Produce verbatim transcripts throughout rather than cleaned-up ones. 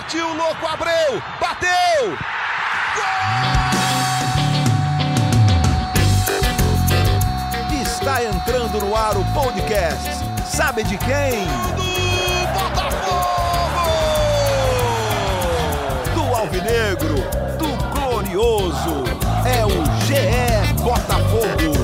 Partiu, louco, Abreu! Bateu! Gol! Está entrando no ar o podcast. Sabe de quem? Do Botafogo! Do Alvinegro, do Glorioso. É o G E Botafogo.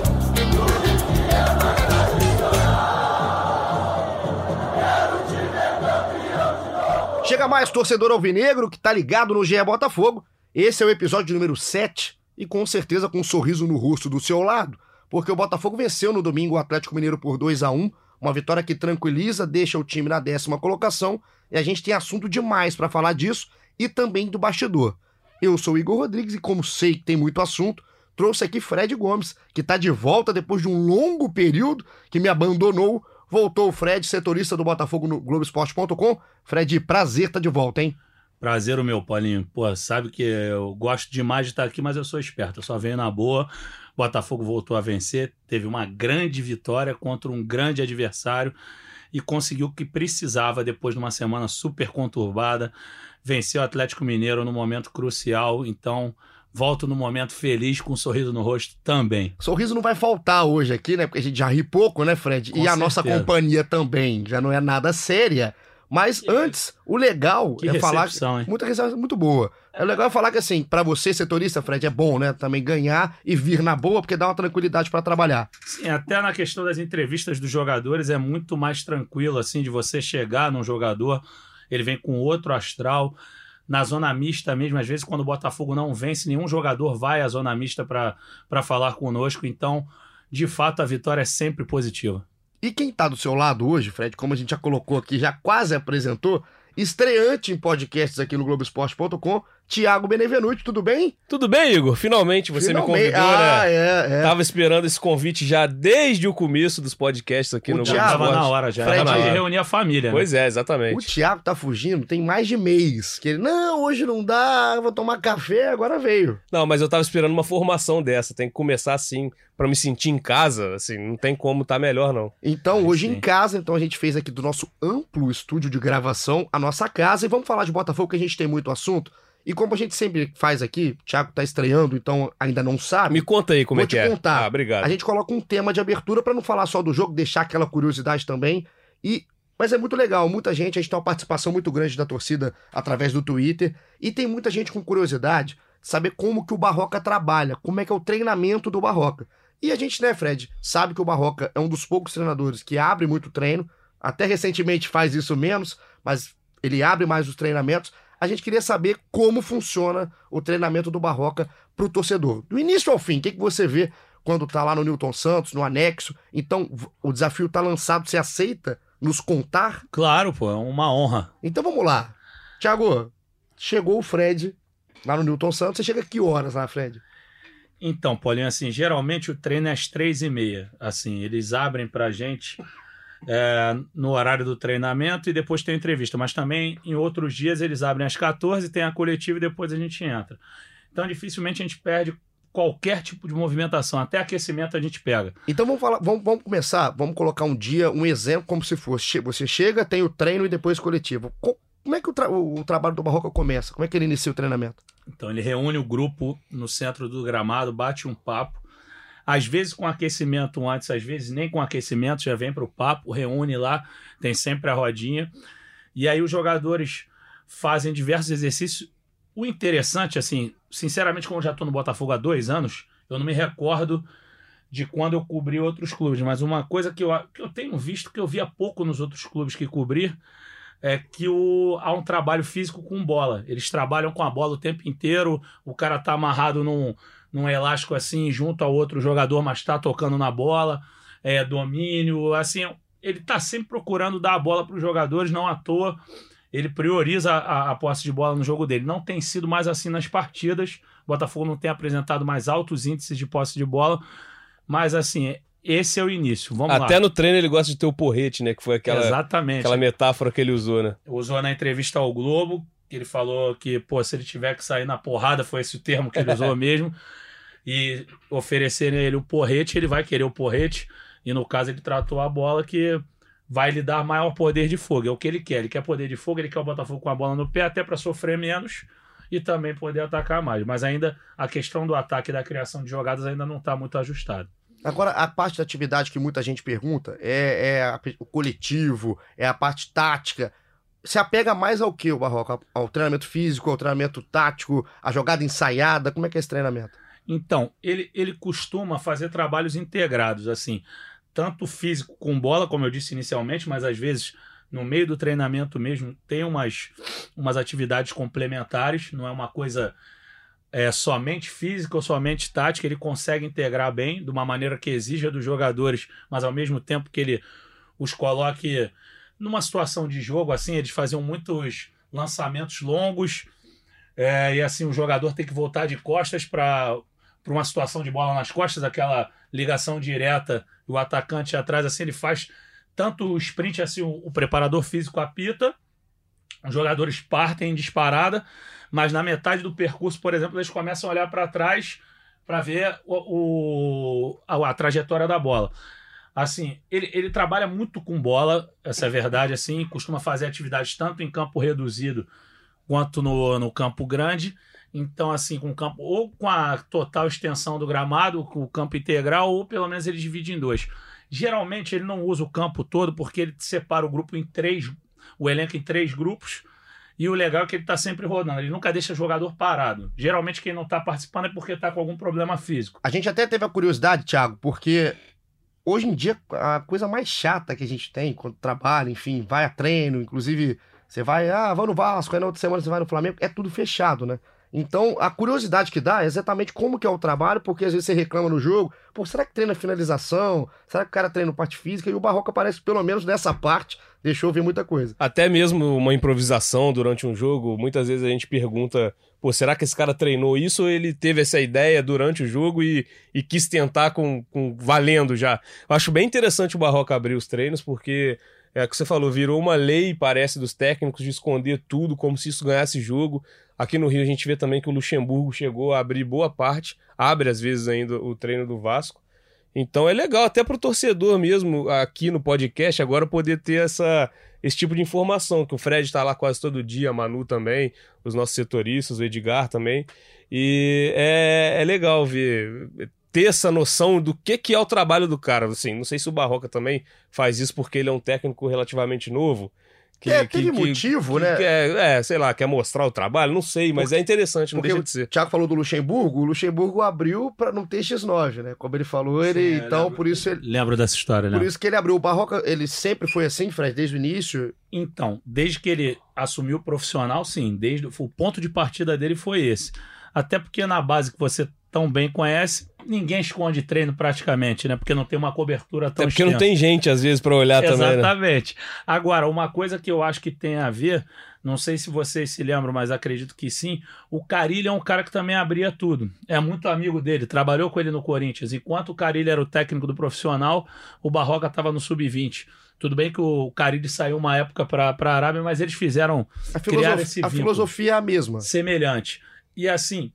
Chega mais, torcedor alvinegro que tá ligado no G E Botafogo. Esse é o episódio número sete e com certeza com um sorriso no rosto do seu lado, porque o Botafogo venceu no domingo o Atlético Mineiro por dois a um, uma vitória que tranquiliza, deixa o time na décima colocação, e a gente tem assunto demais pra falar disso e também do bastidor. Eu sou o Igor Rodrigues e como sei que tem muito assunto, trouxe aqui Fred Gomes, que tá de volta depois de um longo período que me abandonou. Voltou o Fred, setorista do Botafogo no Globo Esporte ponto com. Fred, prazer tá de volta, hein? Prazer o meu, Paulinho. Pô, sabe que eu gosto demais de estar aqui, mas eu sou esperto. Eu só venho na boa. Botafogo voltou a vencer, teve uma grande vitória contra um grande adversário e conseguiu o que precisava depois de uma semana super conturbada. Venceu o Atlético Mineiro no momento crucial, então... volto no momento feliz, com um sorriso no rosto também. Sorriso não vai faltar hoje aqui, né? Porque a gente já ri pouco, né, Fred? Com e a certeza. nossa companhia também já não é nada séria. Mas que antes, o legal que é falar... Hein? Muita recepção, muito boa. É legal é falar que, assim, pra você, setorista, Fred, é bom, né? Também ganhar e vir na boa, porque dá uma tranquilidade pra trabalhar. Sim, até na questão das entrevistas dos jogadores é muito mais tranquilo, assim, de você chegar num jogador, ele vem com outro astral... Na zona mista mesmo, às vezes quando o Botafogo não vence, nenhum jogador vai à zona mista para falar conosco. Então, de fato, a vitória é sempre positiva. E quem tá do seu lado hoje, Fred, como a gente já colocou aqui, já quase apresentou, estreante em podcasts aqui no Globo Esporte ponto com, Thiago Benevenuti, tudo bem? Tudo bem, Igor? Finalmente você Finalmente. me convidou, ah, né? É, é. Tava esperando esse convite já desde o começo dos podcasts aqui O no Thiago, Globo Tava Esporte. na hora já, Fred, era mais de é. reunir a família. Pois né? é, O exatamente. Thiago tá fugindo tem mais de mês. Que ele, não, hoje não dá, vou tomar café, agora veio. Não, mas eu tava esperando uma formação dessa, tem que começar assim, pra me sentir em casa, assim, não tem como tá melhor não. Então, Ai, hoje sim. em casa, então a gente fez aqui do nosso amplo estúdio de gravação a nossa casa e vamos falar de Botafogo, que a gente tem muito assunto. E como a gente sempre faz aqui, o Thiago tá estreando, então ainda não sabe. Me conta aí como Vou é que te é. contar. Ah, obrigado. A gente coloca um tema de abertura pra não falar só do jogo, deixar aquela curiosidade também. E mas é muito legal, muita gente, a gente tem uma participação muito grande da torcida através do Twitter e tem muita gente com curiosidade de saber como que o Barroca trabalha, como é que é o treinamento do Barroca. E a gente, né, Fred, sabe que o Barroca é um dos poucos treinadores que abre muito treino, até recentemente faz isso menos, mas ele abre mais os treinamentos. A gente queria saber como funciona o treinamento do Barroca pro torcedor. Do início ao fim, o que, que você vê quando tá lá no Newton Santos, no anexo? Então, o desafio tá lançado, você aceita nos contar? Claro, pô, é uma honra. Então vamos lá. Thiago, chegou o Fred lá no Newton Santos. Você chega que horas lá, Fred? Então, Paulinho, assim, geralmente o treino é às três e meia. Assim, eles abrem pra gente... É, no horário do treinamento e depois tem a entrevista, mas também em outros dias eles abrem às quatorze, tem a coletiva e depois a gente entra. Então dificilmente a gente perde qualquer tipo de movimentação, até aquecimento a gente pega. Então vamos falar, vamos, vamos começar, vamos colocar um dia, um exemplo como se fosse, você chega, tem o treino e depois coletivo. Como é que o, tra o trabalho do Barroca começa? Como é que ele inicia o treinamento? Então ele reúne o grupo no centro do gramado, bate um papo, às vezes com aquecimento antes, às vezes nem com aquecimento, já vem para o papo, reúne lá, tem sempre a rodinha. E aí os jogadores fazem diversos exercícios. O interessante, assim, sinceramente, como eu já estou no Botafogo há dois anos, eu não me recordo de quando eu cobri outros clubes, mas uma coisa que eu, que eu tenho visto, que eu via pouco nos outros clubes que cobri, é que o, há um trabalho físico com bola. Eles trabalham com a bola o tempo inteiro, o cara tá amarrado num... num elástico assim, junto ao outro jogador, mas tá tocando na bola, é, domínio, assim, ele tá sempre procurando dar a bola para os jogadores, não à toa, ele prioriza a, a posse de bola no jogo dele. Não tem sido mais assim nas partidas, o Botafogo não tem apresentado mais altos índices de posse de bola, mas assim, esse é o início, vamos Até lá. Até no treino ele gosta de ter o porrete, né, que foi aquela, Exatamente. aquela metáfora que ele usou, né? Usou na entrevista ao Globo, ele falou que, pô, se ele tiver que sair na porrada, foi esse o termo que ele usou mesmo, e oferecerem a ele o porrete, ele vai querer o porrete, e no caso ele tratou a bola que vai lhe dar maior poder de fogo. É o que ele quer. Ele quer poder de fogo, ele quer o Botafogo com a bola no pé, até para sofrer menos e também poder atacar mais. Mas ainda a questão do ataque e da criação de jogadas ainda não está muito ajustada. Agora, a parte da atividade que muita gente pergunta é, é a, o coletivo, é a parte tática. Se apega mais ao que, o Barroca? Ao, ao treinamento físico, ao treinamento tático, a jogada ensaiada? Como é que é esse treinamento? Então, ele, ele costuma fazer trabalhos integrados, assim, tanto físico com bola, como eu disse inicialmente, mas às vezes no meio do treinamento mesmo tem umas, umas atividades complementares, não é uma coisa é, somente física ou somente tática, ele consegue integrar bem, de uma maneira que exija dos jogadores, mas ao mesmo tempo que ele os coloque numa situação de jogo, assim, eles faziam muitos lançamentos longos, é, e assim o jogador tem que voltar de costas para para uma situação de bola nas costas, aquela ligação direta, o atacante atrás, assim, ele faz tanto o sprint, assim, o, o preparador físico apita, os jogadores partem em disparada, mas na metade do percurso, por exemplo, eles começam a olhar para trás para ver o, o, a, a trajetória da bola. Assim, ele, ele trabalha muito com bola, essa é a verdade, assim, costuma fazer atividades tanto em campo reduzido quanto no, no campo grande. Então, assim, com o campo, ou com a total extensão do gramado, com o campo integral, ou pelo menos ele divide em dois. Geralmente ele não usa o campo todo porque ele separa o grupo em três, o elenco em três grupos, e o legal é que ele está sempre rodando, ele nunca deixa o jogador parado. Geralmente quem não está participando é porque está com algum problema físico. A gente até teve a curiosidade, Thiago, porque hoje em dia a coisa mais chata que a gente tem quando trabalha, enfim, vai a treino, inclusive você vai, ah, vai no Vasco, aí na outra semana você vai no Flamengo, é tudo fechado, né? Então, a curiosidade que dá é exatamente como que é o trabalho, porque às vezes você reclama no jogo, pô, será que treina finalização? Será que o cara treina parte física? E o Barroca parece, pelo menos nessa parte, deixou ver muita coisa. Até mesmo uma improvisação durante um jogo, muitas vezes a gente pergunta, pô, será que esse cara treinou isso ou ele teve essa ideia durante o jogo e, e quis tentar com, com valendo já? Eu acho bem interessante o Barroca abrir os treinos, porque é o que você falou, virou uma lei, parece, dos técnicos de esconder tudo, como se isso ganhasse jogo. Aqui no Rio a gente vê também que o Luxemburgo chegou a abrir boa parte, abre às vezes ainda o treino do Vasco. Então é legal até para o torcedor mesmo, aqui no podcast, agora poder ter essa, esse tipo de informação, que o Fred está lá quase todo dia, a Manu também, os nossos setoristas, o Edgar também. E é, é legal ver, ter essa noção do que, que é o trabalho do cara. Assim, não sei se o Barroca também faz isso porque ele é um técnico relativamente novo. Que, é, teve que, motivo, que, né? Que é, é, sei lá, quer mostrar o trabalho, não sei, mas porque, é interessante, não deixa de ser. O Thiago falou do Luxemburgo, o Luxemburgo abriu pra não ter X nove, né? Como ele falou, ele, Sim, então, lembro, por isso ele... Lembro dessa história, né? Por isso que ele abriu. O Barroca, ele sempre foi assim, Fred, desde o início? Então, desde que ele assumiu o profissional, sim, desde o ponto de partida dele foi esse. Até porque na base que você tão bem conhece, ninguém esconde treino praticamente, né? Porque não tem uma cobertura tão extensa. É porque extensa. Não tem gente, às vezes, para olhar também, né? Exatamente. Agora, uma coisa que eu acho que tem a ver, não sei se vocês se lembram, mas acredito que sim, o Carille é um cara que também abria tudo. É muito amigo dele, trabalhou com ele no Corinthians. Enquanto o Carille era o técnico do profissional, o Barroca estava no sub vinte. Tudo bem que o Carille saiu uma época para a Arábia, mas eles fizeram a criar esse A filosofia é a mesma. Semelhante. E assim...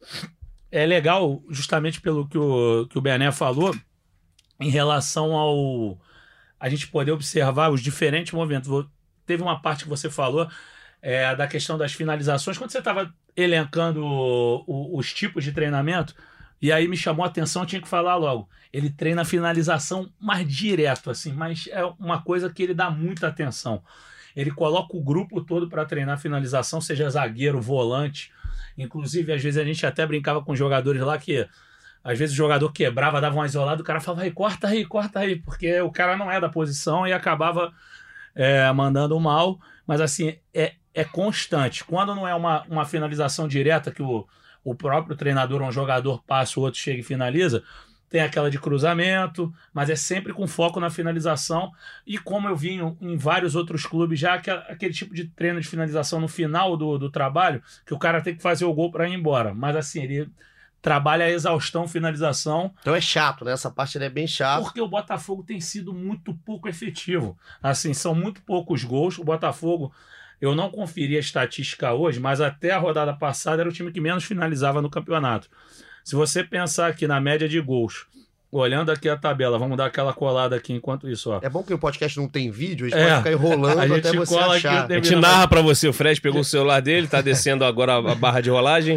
É legal, justamente pelo que o, que o Bené falou, em relação ao... a gente poder observar os diferentes movimentos. Teve uma parte que você falou é, da questão das finalizações. Quando você estava elencando o, o, os tipos de treinamento, e aí me chamou a atenção, eu tinha que falar logo. Ele treina a finalização mais direto, assim, mas é uma coisa que ele dá muita atenção. Ele coloca o grupo todo para treinar a finalização, seja zagueiro, volante... Inclusive, às vezes a gente até brincava com jogadores lá que às vezes o jogador quebrava, dava uma isolada, o cara falava, aí, corta aí, corta aí, porque o cara não é da posição e acabava é, mandando mal. Mas assim, é, é constante. Quando não é uma, uma finalização direta que o, o próprio treinador ou um jogador passa, o outro chega e finaliza, tem aquela de cruzamento, mas é sempre com foco na finalização. E como eu vi em, em vários outros clubes já, que, aquele tipo de treino de finalização no final do, do trabalho, que o cara tem que fazer o gol para ir embora. Mas assim, ele trabalha a exaustão, finalização. Então é chato, né? Essa parte é bem chata. Porque o Botafogo tem sido muito pouco efetivo. Assim, são muito poucos gols. O Botafogo, eu não conferi a estatística hoje, mas até a rodada passada era o time que menos finalizava no campeonato. Se você pensar aqui na média de gols olhando aqui a tabela, vamos dar aquela colada aqui enquanto isso, ó. É bom que o podcast não tem vídeo, a gente É. pode ficar enrolando A gente até você cola achar. aqui A gente narra pra você, o Fred pegou o celular dele, tá descendo agora a barra de rolagem.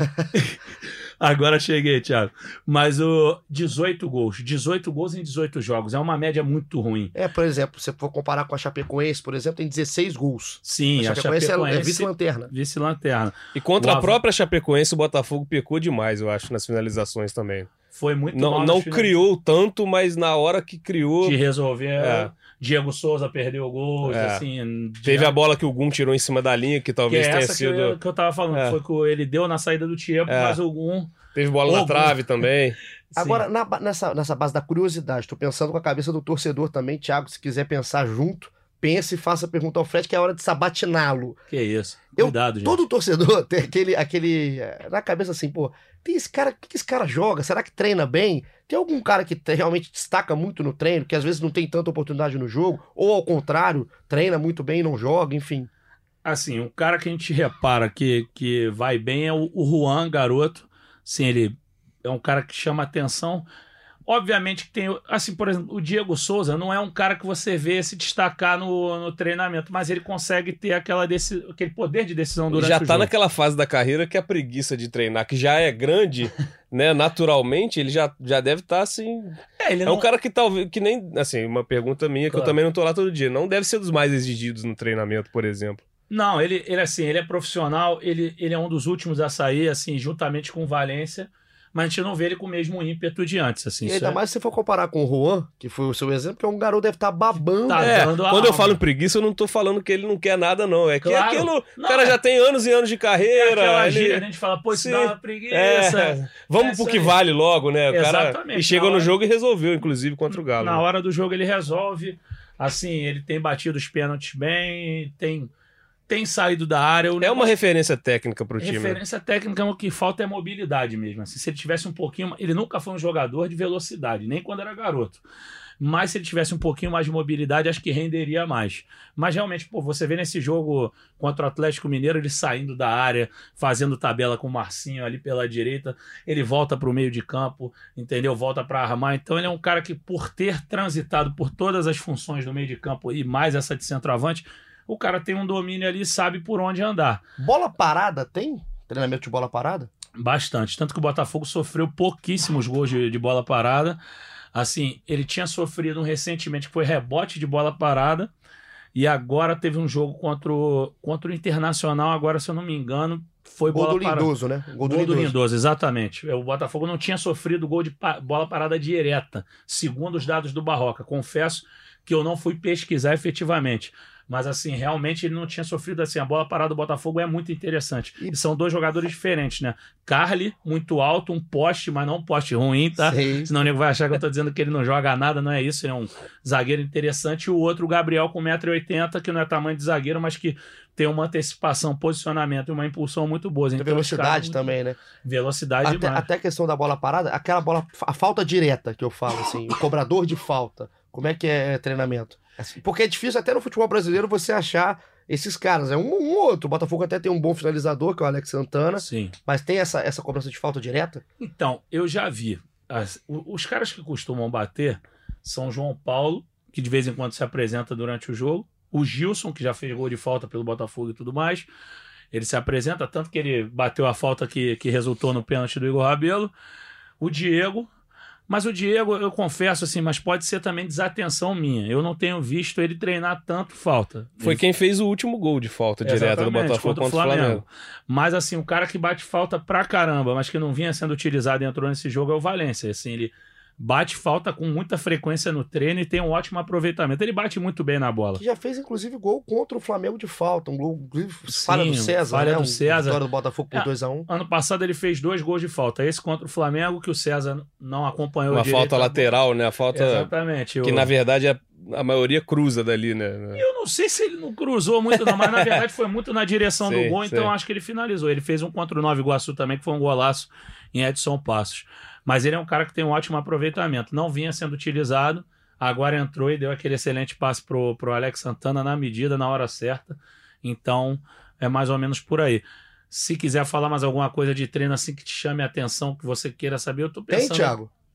Agora cheguei, Thiago. Mas o dezoito gols. dezoito gols em dezoito jogos. É uma média muito ruim. É, por exemplo, se for comparar com a Chapecoense, por exemplo, tem dezesseis gols. Sim, a a Chapecoense, Chapecoense é, é vice-lanterna. Vice-lanterna. E contra O a Ava- própria Chapecoense, o Botafogo pecou demais, eu acho, nas finalizações também. Foi muito Não, mal não nas finais criou tanto, mas na hora que criou... de resolver. É. Diego Souza perdeu gols, É. assim. Teve de- a bola que o Gum tirou em cima da linha, que que talvez é tenha essa que sido... eu, que eu tava falando. É. Foi que ele deu na saída do Tiepo, É. mas o Gum. Teve bola na Ô, trave também. Agora, na ba- nessa, nessa base da curiosidade, tô pensando com a cabeça do torcedor também, Thiago, se quiser pensar junto, pense e faça a pergunta ao Fred, que é a hora de sabatiná-lo. Que isso. Eu- Cuidado, gente. Todo torcedor tem aquele, aquele eh, na cabeça assim, pô, tem esse cara, o que que esse cara joga? Será que treina bem? Tem algum cara que te- realmente destaca muito no treino, que às vezes não tem tanta oportunidade no jogo, ou ao contrário, treina muito bem e não joga, enfim. Assim, um cara que a gente repara que, que vai bem é o, o Juan, garoto. Sim, ele é um cara que chama atenção. Obviamente que tem, assim, por exemplo, o Diego Souza não é um cara que você vê se destacar no, no treinamento, mas ele consegue ter aquela deci- aquele poder de decisão durante Já o tá jogo. naquela fase da carreira que a preguiça de treinar, que já é grande, né, naturalmente, ele já, já deve estar assim... É, ele É não... um cara que talvez, que nem, assim, uma pergunta minha, que Claro. eu também não tô lá todo dia, não deve ser dos mais exigidos no treinamento, por exemplo. Não, ele, ele assim, ele é profissional, ele, ele é um dos últimos a sair, assim, juntamente com o Valência, mas a gente não vê ele com o mesmo ímpeto de antes, assim. E isso ainda é- mais se você for comparar com o Juan, que foi o seu exemplo, que é um garoto deve estar babando. Tá É, dando a quando eu alma. falo em preguiça, eu não tô falando que ele não quer nada, não. É que Claro. aquilo, Não, o cara é- já tem anos e anos de É carreira. aquela ele- gíria, a gente fala, pô, isso Sim. dá uma preguiça. É, vamos É pro isso que aí. vale logo, né? O cara, Exatamente, e chegou na no hora- jogo e resolveu, inclusive, contra o Galo. Na hora do jogo ele resolve. Assim, ele tem batido os pênaltis bem, tem, tem saído da área. O É uma negócio- referência técnica pro time. né? referência técnica, o que falta é mobilidade mesmo. Assim, se ele tivesse um pouquinho. Ele nunca foi um jogador de velocidade, nem quando era garoto. Mas se ele tivesse um pouquinho mais de mobilidade, acho que renderia mais. Mas realmente, pô, você vê nesse jogo contra o Atlético Mineiro, ele saindo da área, fazendo tabela com o Marcinho ali pela direita, ele volta para o meio de campo, entendeu? Volta para armar. Então ele é um cara que, por ter transitado por todas as funções do meio de campo e mais essa de centroavante, o cara tem um domínio ali e sabe por onde andar. Bola parada tem? Treinamento de bola parada? Bastante. Tanto que o Botafogo sofreu pouquíssimos gols de, de bola parada. Assim, ele tinha sofrido um recentemente que foi rebote de bola parada. E agora teve um jogo contra o, contra o Internacional. Agora, se eu não me engano, foi Gol bola do parada. Lindoso, né? Gol do Gol do Lindoso. Lindoso, exatamente. O Botafogo não tinha sofrido gol de pa- bola parada direta, segundo os dados do Barroca. Confesso que eu não fui pesquisar efetivamente. Mas, assim, realmente ele não tinha sofrido assim. A bola parada do Botafogo é muito interessante. E- E são dois jogadores diferentes, né? Carly, muito alto, um poste, mas não um poste ruim, tá? Sei. Senão o nego vai achar que eu tô dizendo que ele não joga nada, não é isso. Ele é um zagueiro interessante. E o outro, o Gabriel, com um metro e oitenta, que não é tamanho de zagueiro, mas que tem uma antecipação, posicionamento e uma impulsão muito boa. Tem Então, velocidade os caras- também, né? Velocidade Até, demais. até a questão da bola parada, aquela bola, a falta direta que eu falo, assim, o cobrador de falta. Como é que é treinamento? Assim, porque é difícil até no futebol brasileiro você achar esses caras. É um, um ou outro. O Botafogo até tem um bom finalizador, que é o Alex Santana, Sim. mas tem essa, essa cobrança de falta direta? Então, eu já vi. As- o- os caras que costumam bater são o João Paulo, que de vez em quando se apresenta durante o jogo. O Gilson, que já fez gol de falta pelo Botafogo e tudo mais. Ele se apresenta, tanto que ele bateu a falta que, que resultou no pênalti do Igor Rabelo. O Diego. Mas o Diego, eu confesso assim, mas pode ser também desatenção minha. Eu não tenho visto ele treinar tanto falta. Foi Ele quem fez o último gol de falta direta do Exatamente, Botafogo contra, o Flamengo. Mas assim, o cara que bate falta pra caramba, mas que não vinha sendo utilizado e entrou nesse jogo é o Valência. Assim, ele bate falta com muita frequência no treino e tem um ótimo aproveitamento. Ele bate muito bem na bola. Que já fez, inclusive, gol contra o Flamengo de falta. Um gol, inclusive, falha Sim, do César, falha né? do Um- César. Vitória do Botafogo por É. dois a um. Ano passado ele fez dois gols de falta. Esse contra o Flamengo, que o César não acompanhou Uma direito. falta lateral, né? A falta Exatamente. que, Eu- na verdade, a, a maioria cruza dali, né? Eu não sei se ele não cruzou muito, não, mas na verdade foi muito na direção Sim, do gol, então sim. acho que ele finalizou. Ele fez um contra o Nova Iguaçu também, que foi um golaço em Edson Passos. Mas ele é um cara que tem um ótimo aproveitamento. Não vinha sendo utilizado, agora entrou e deu aquele excelente passe pro, pro Alex Santana na medida, na hora certa. Então, é mais ou menos por aí. Se quiser falar mais alguma coisa de treino assim que te chame a atenção, que você queira saber, eu tô Tem, pensando. Thiago?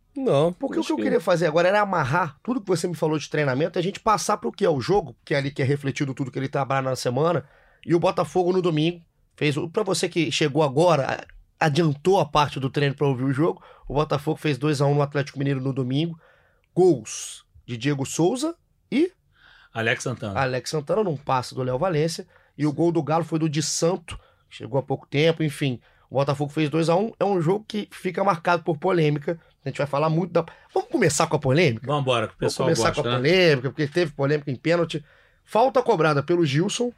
Não. Porque o que eu queria fazer agora era amarrar tudo que você me falou de treinamento e a gente passar para o que é o jogo, que é ali que é refletido tudo que ele trabalha na semana. E o Botafogo no domingo fez. Para você que chegou agora, adiantou a parte do treino para ouvir o jogo, o Botafogo fez dois a um no Atlético Mineiro no domingo. Gols de Diego Souza e Alex Santana. Alex Santana num passe do Léo Valência. E o gol do Galo foi do Di Santo, que chegou há pouco tempo, enfim. O Botafogo fez dois a um. É um jogo que fica marcado por polêmica. A gente vai falar muito da... Vamos começar com a polêmica? Vamos embora, que o pessoal Vamos começar gosta, com a né? polêmica, porque teve polêmica em pênalti. Falta cobrada pelo Gilson.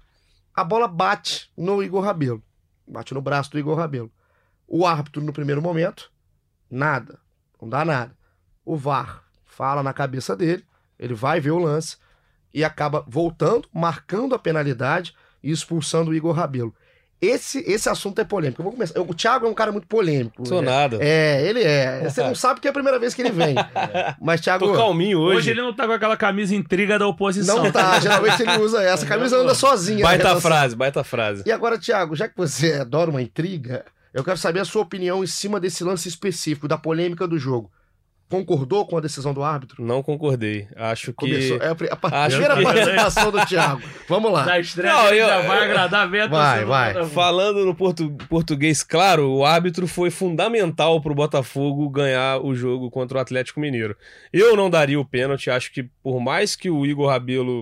A bola bate no Igor Rabelo. Bate no braço do Igor Rabelo. O árbitro, no primeiro momento, nada. Não dá nada. O V A R fala na cabeça dele, ele vai ver o lance e acaba voltando, marcando a penalidade e expulsando o Igor Rabelo. Esse, esse assunto é polêmico. Eu vou começar. O Thiago é um cara muito polêmico. Sou né? nada. É, ele é. Você não sabe que é a primeira vez que ele vem. Mas, Thiago... Tô calminho hoje. Hoje ele não tá com aquela camisa intriga da oposição. Não tá, geralmente ele usa essa. A camisa anda sozinha. Baita né? frase, baita frase. E agora, Thiago, já que você adora uma intriga, eu quero saber a sua opinião em cima desse lance específico, da polêmica do jogo. Concordou com a decisão do árbitro? Não concordei. Acho que... Começou. É a, pri- a pa- Acho primeira que- participação do Thiago. Vamos lá. Na estreia Não, ele eu- já vai agradar bem a Vai, torcida do vai. Botafogo. Falando no portu- português claro, o árbitro foi fundamental pro Botafogo ganhar o jogo contra o Atlético Mineiro. Eu não daria o pênalti, acho que por mais que o Igor Rabelo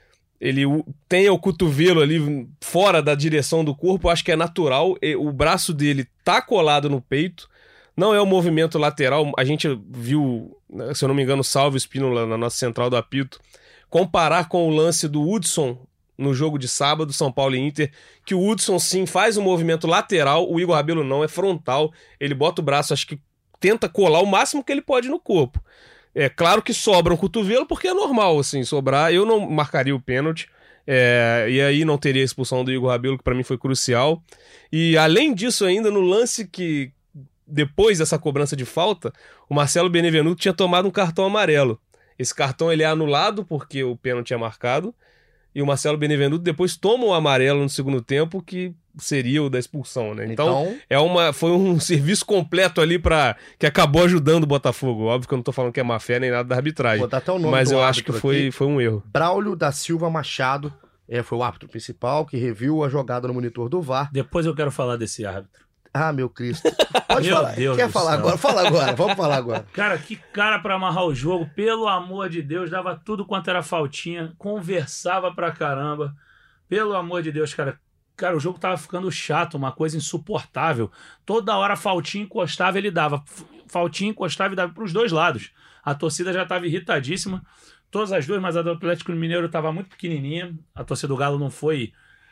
ele o- tenha o cotovelo ali fora da direção do corpo, acho que é natural, e o braço dele tá colado no peito, não é um movimento lateral, a gente viu, né, se eu não me engano, o Salvo Espínola na nossa central do apito, comparar com o lance do Hudson no jogo de sábado, São Paulo e Inter, que o Hudson sim faz um movimento lateral, o Igor Rabelo não, é frontal, ele bota o braço, acho que tenta colar o máximo que ele pode no corpo. É claro que sobra um cotovelo, porque é normal, assim, sobrar, eu não marcaria o pênalti, é, e aí não teria a expulsão do Igor Rabelo, que pra mim foi crucial, e além disso ainda, no lance que, depois dessa cobrança de falta, o Marcelo Benevenuto tinha tomado um cartão amarelo. Esse cartão ele é anulado porque o pênalti é marcado, e o Marcelo Benevenuto depois toma o amarelo no segundo tempo, que seria o da expulsão, né? Então, Então, é uma, foi um serviço completo ali para que acabou ajudando o Botafogo. Óbvio que eu não tô falando que é má fé nem nada da arbitragem, vou dar até o nome mas do eu acho que árbitro foi, aqui. foi um erro. Braulio da Silva Machado, é, foi o árbitro principal que reviu a jogada no monitor do V A R. Depois eu quero falar desse árbitro. Ah, meu Cristo. Pode Meu falar. Deus Quer do falar céu. agora? Fala agora. Vamos falar agora. Cara, que cara pra amarrar o jogo, pelo amor de Deus, dava tudo quanto era faltinha, conversava pra caramba, pelo amor de Deus, cara. Cara, o jogo tava ficando chato, uma coisa insuportável. Toda hora faltinha encostava, ele dava. Faltinha encostava e dava pros dois lados. A torcida já tava irritadíssima, todas as duas, mas a do Atlético Mineiro tava muito pequenininha, a torcida do Galo não foi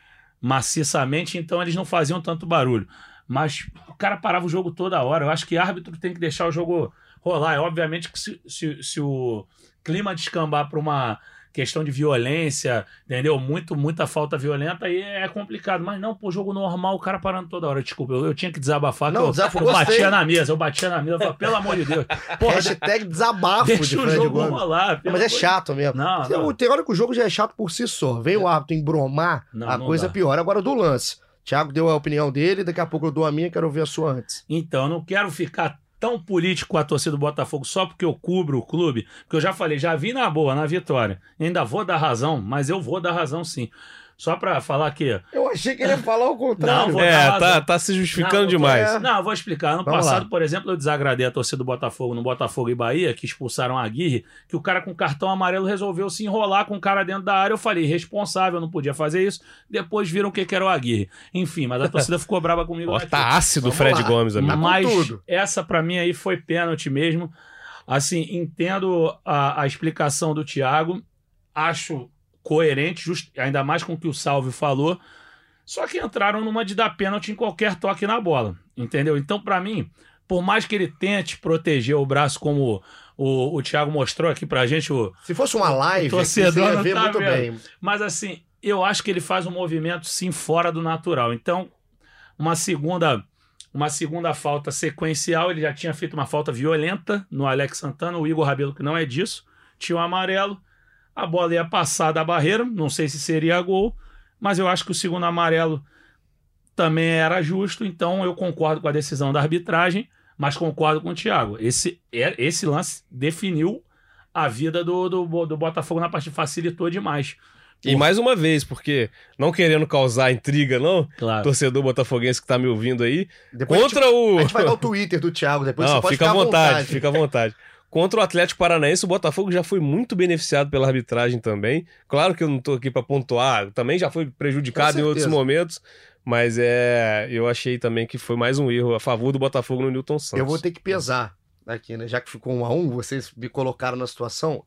maciçamente, então eles não faziam tanto barulho. Mas o cara parava o jogo toda hora. Eu acho que árbitro tem que deixar o jogo rolar. É obviamente que se, se, se o clima descambar para uma questão de violência, entendeu? Muito, muita falta violenta, aí é complicado. Mas não, pô, jogo normal, o cara parando toda hora. Desculpa, eu, eu tinha que desabafar. Não, que eu, desabafo, eu gostei. batia na mesa, eu batia na mesa. Eu falava, pelo amor de Deus. Porra, Hashtag desabafo de deixa o Fred jogo Gomes. rolar. pelo Mas é amor de- chato mesmo. Não, Tem, não. tem hora que o jogo já é chato por si só. Vem o árbitro embromar, Não, a não coisa dá. piora. Agora do lance. Thiago deu a opinião dele, daqui a pouco eu dou a minha, quero ouvir a sua antes. Então, eu não quero ficar tão político com a torcida do Botafogo só porque eu cubro o clube, porque eu já falei, já vi na boa, na vitória. Ainda vou dar razão, mas eu vou dar razão sim. Só pra falar que... Eu achei que ele ia falar o contrário. Não, vou- É, dar tá, razão. tá se justificando Não, eu tô- demais. é. Não, eu vou explicar. Ano Vamos passado, lá. por exemplo, eu desagradei a torcida do Botafogo no Botafogo e Bahia, que expulsaram a Aguirre, que o cara com cartão amarelo resolveu se enrolar com o cara dentro da área. Eu falei, responsável, não podia fazer isso. Depois viram o que que era o Aguirre. Enfim, mas a torcida ficou brava comigo. Ó, naquilo. tá ácido o Vamos Fred lá. Gomes, amigo. Tá com Mas tudo. essa pra mim aí foi pênalti mesmo. Assim, entendo a, a explicação do Thiago, acho coerente, just, ainda mais com o que o Salvio falou, só que entraram numa de dar pênalti em qualquer toque na bola, entendeu? Então, pra mim, por mais que ele tente proteger o braço, como o, o Thiago mostrou aqui pra gente, o, Se fosse uma live, O aqui, você torcedor ia não ver tá muito vendo. bem. mas assim, eu acho que ele faz um movimento sim fora do natural. Então, uma segunda, uma segunda falta sequencial, ele já tinha feito uma falta violenta no Alex Santana, o Igor Rabelo, que não é disso, tinha um amarelo, a bola ia passar da barreira, não sei se seria gol, mas eu acho que o segundo amarelo também era justo, então eu concordo com a decisão da arbitragem, Mas concordo com o Thiago. Esse, esse lance definiu a vida do, do, do Botafogo na partida, facilitou demais. E mais uma vez, porque não querendo causar intriga, não, Claro. torcedor botafoguense que tá me ouvindo aí, Depois contra a gente, o... A gente vai dar o Twitter do Thiago, depois Não, você pode fica à ficar vontade, vontade. fica à vontade. Contra o Atlético Paranaense, o Botafogo já foi muito beneficiado pela arbitragem também. Claro que eu não tô aqui para pontuar, também já foi prejudicado em outros momentos, mas é, eu achei também que foi mais um erro a favor do Botafogo no Newton Santos. Eu vou ter que pesar aqui, né? Já que ficou um a um, vocês me colocaram na situação.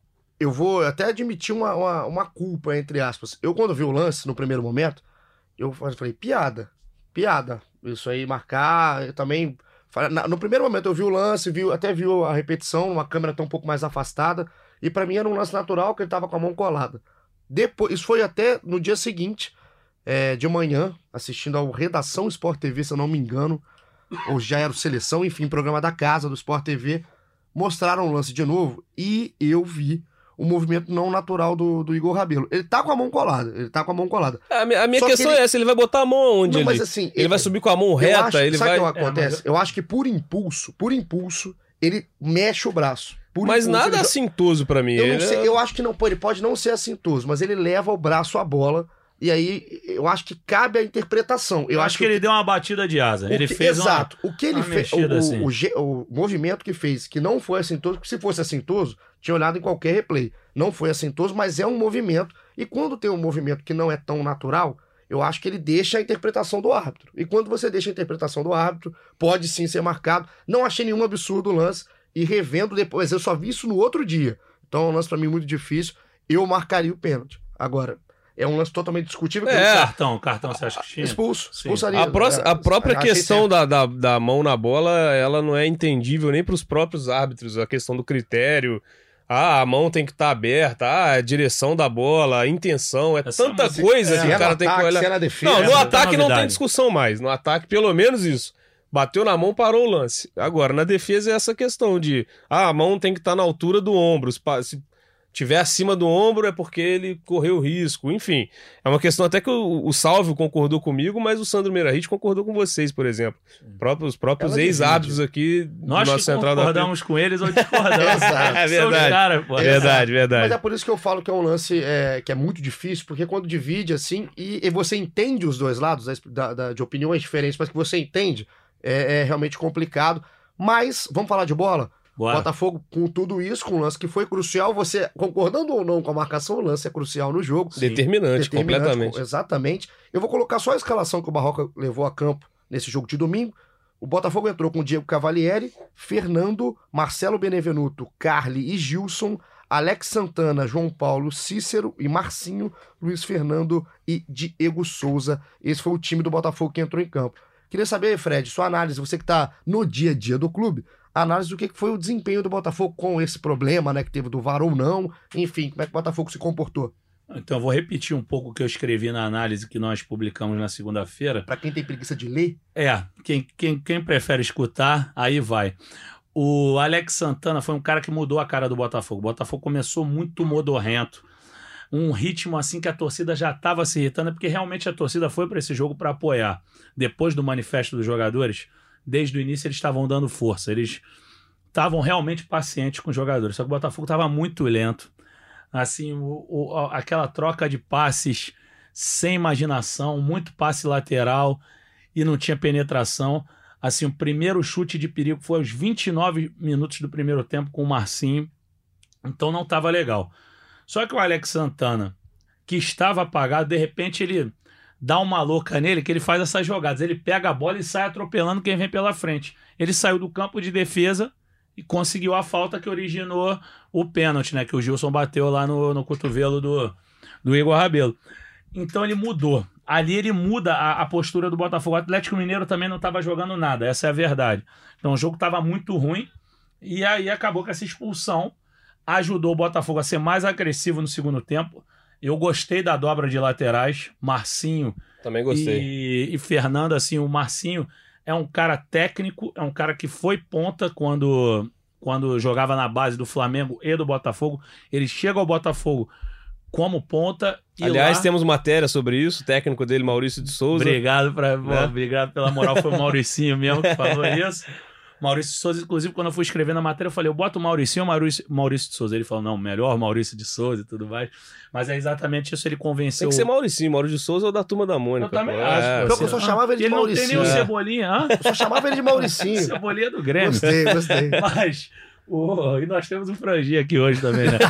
Eu vou até admitir uma, uma, uma culpa, entre aspas. Eu, quando vi o lance, no primeiro momento, eu falei, piada, piada. Isso aí, marcar, eu também... No primeiro momento eu vi o lance, vi, até vi a repetição, uma câmera tão um pouco mais afastada, e pra mim era um lance natural, que ele tava com a mão colada. Depois, isso foi até no dia seguinte, é, de manhã, assistindo ao Redação Sport T V, se eu não me engano, ou já era o Seleção, enfim, programa da casa do Sport T V, mostraram o lance de novo, e eu vi o movimento não natural do, do Igor Rabelo. Ele tá com a mão colada, ele tá com a mão colada. A minha, a minha questão que ele... é essa, ele vai botar a mão aonde? Não, ele, mas assim, ele, ele vai subir com a mão reta, acho, ele sabe vai... o que acontece? É, mas... Eu acho que por impulso, por impulso, ele mexe o braço. Por mas impulso, nada ele... assintoso pra mim. Eu, não ele... sei, eu acho que não, ele pode não ser assintoso, mas ele leva o braço à bola. E aí, eu acho que cabe a interpretação. Eu, Eu acho acho que, que ele deu uma batida de asa. Ele que, fez exato. Uma, o que ele fez, o, assim. o, o, o movimento que fez, que não foi assintoso, porque se fosse assintoso, tinha olhado em qualquer replay. Não foi assintoso, mas é um movimento. E quando tem um movimento que não é tão natural, eu acho que ele deixa a interpretação do árbitro. E quando você deixa a interpretação do árbitro, pode sim ser marcado. Não achei nenhum absurdo o lance. E revendo depois, eu só vi isso no outro dia. Então é um lance pra mim muito difícil. Eu marcaria o pênalti. Agora, é um lance totalmente discutível. É. Cartão, cartão você acha que tinha? Expulso. Expulsaria. A, pró a própria Achei questão certo. da, da, da mão na bola, ela não é entendível nem para os próprios árbitros. A questão do critério. Ah, a mão tem que estar tá aberta. Ah, a direção da bola, a intenção. É Essa tanta música- coisa é, que Se o é cara no tem que ataque, olhar. se é na defesa. Não, no Essa é ataque não tem novidade. discussão mais. No ataque, pelo menos isso. Bateu na mão, parou o lance. Agora, na defesa é essa questão de... Ah, a mão tem que estar tá na altura do ombro. Se tiver acima do ombro é porque ele correu risco. Enfim, é uma questão até que o, o Salvio concordou comigo, mas o Sandro Meirahit concordou com vocês, por exemplo. Próprios, os próprios Ela ex-árbitros aqui do Nós nosso que central da... concordamos com eles ou discordamos. Exato. É São os verdade. cara, pô. Verdade, verdade. Mas é por isso que eu falo que é um lance é, que é muito difícil, porque quando divide assim, e, e você entende os dois lados, da, da, de opiniões diferentes, mas que você entende, é, é realmente complicado. Mas, vamos falar de bola? Bora. Botafogo, com tudo isso, com um lance que foi crucial, você, concordando ou não com a marcação, o lance é crucial no jogo. Determinante, Determinante, completamente. Exatamente. Eu vou colocar só a escalação que o Barroca levou a campo nesse jogo de domingo. O Botafogo entrou com Diego Cavalieri, Fernando, Marcelo Benevenuto, Carli e Gilson, Alex Santana, João Paulo, Cícero e Marcinho, Luiz Fernando e Diego Souza. Esse foi o time do Botafogo que entrou em campo. Queria saber, Fred, sua análise, você que está no dia a dia do clube, análise do que foi o desempenho do Botafogo com esse problema, né, que teve do V A R ou não, enfim, como é que o Botafogo se comportou? Então eu vou repetir um pouco o que eu escrevi na análise que nós publicamos na segunda-feira. Para quem tem preguiça de ler, É, quem, quem, quem prefere escutar, aí vai. O Alex Santana foi um cara que mudou a cara do Botafogo. O Botafogo começou muito modorrento. Um ritmo assim que a torcida já estava se irritando, porque realmente a torcida foi para esse jogo para apoiar. Depois do manifesto dos jogadores, desde o início eles estavam dando força. Eles estavam realmente pacientes com os jogadores. Só que o Botafogo estava muito lento. Assim, o, o, aquela troca de passes sem imaginação, muito passe lateral e não tinha penetração. Assim, o primeiro chute de perigo foi aos vinte e nove minutos do primeiro tempo com o Marcinho. Então não estava legal. Só que o Alex Santana, que estava apagado, de repente ele dá uma louca nele, que ele faz essas jogadas. Ele pega a bola e sai atropelando quem vem pela frente. Ele saiu do campo de defesa e conseguiu a falta que originou o pênalti, né? Que o Gilson bateu lá no, no cotovelo do, do Igor Rabelo. Então ele mudou. Ali ele muda a, a postura do Botafogo. O Atlético Mineiro também não estava jogando nada, essa é a verdade. Então o jogo estava muito ruim e aí acabou que essa expulsão ajudou o Botafogo a ser mais agressivo no segundo tempo. Eu gostei da dobra de laterais, Marcinho Também gostei. e, e Fernando. Assim, o Marcinho é um cara técnico, é um cara que foi ponta quando, quando jogava na base do Flamengo e do Botafogo. Ele chega ao Botafogo como ponta. E Aliás, lá... temos matéria sobre isso, o técnico dele, Maurício de Souza. Obrigado, pra, né? obrigado pela moral, foi o Mauricinho mesmo que falou isso. Maurício de Souza, inclusive, quando eu fui escrever na matéria, eu falei, eu boto o Mauricinho ou Maurício, Maurício de Souza? Ele falou, não, melhor Maurício de Souza e tudo mais. Mas é exatamente isso, ele convenceu... Tem que ser Mauricinho, Maurício de Souza ou da Turma da Mônica. Eu também pô. acho. É, Pior que eu só chamava ele de Ele não tem Mauricinho. nem o É. Cebolinha, hã? Eu só chamava ele de Mauricinho. Cebolinha do Grêmio. Gostei, gostei. Mas... Oh, e nós temos um franjinho aqui hoje também, né?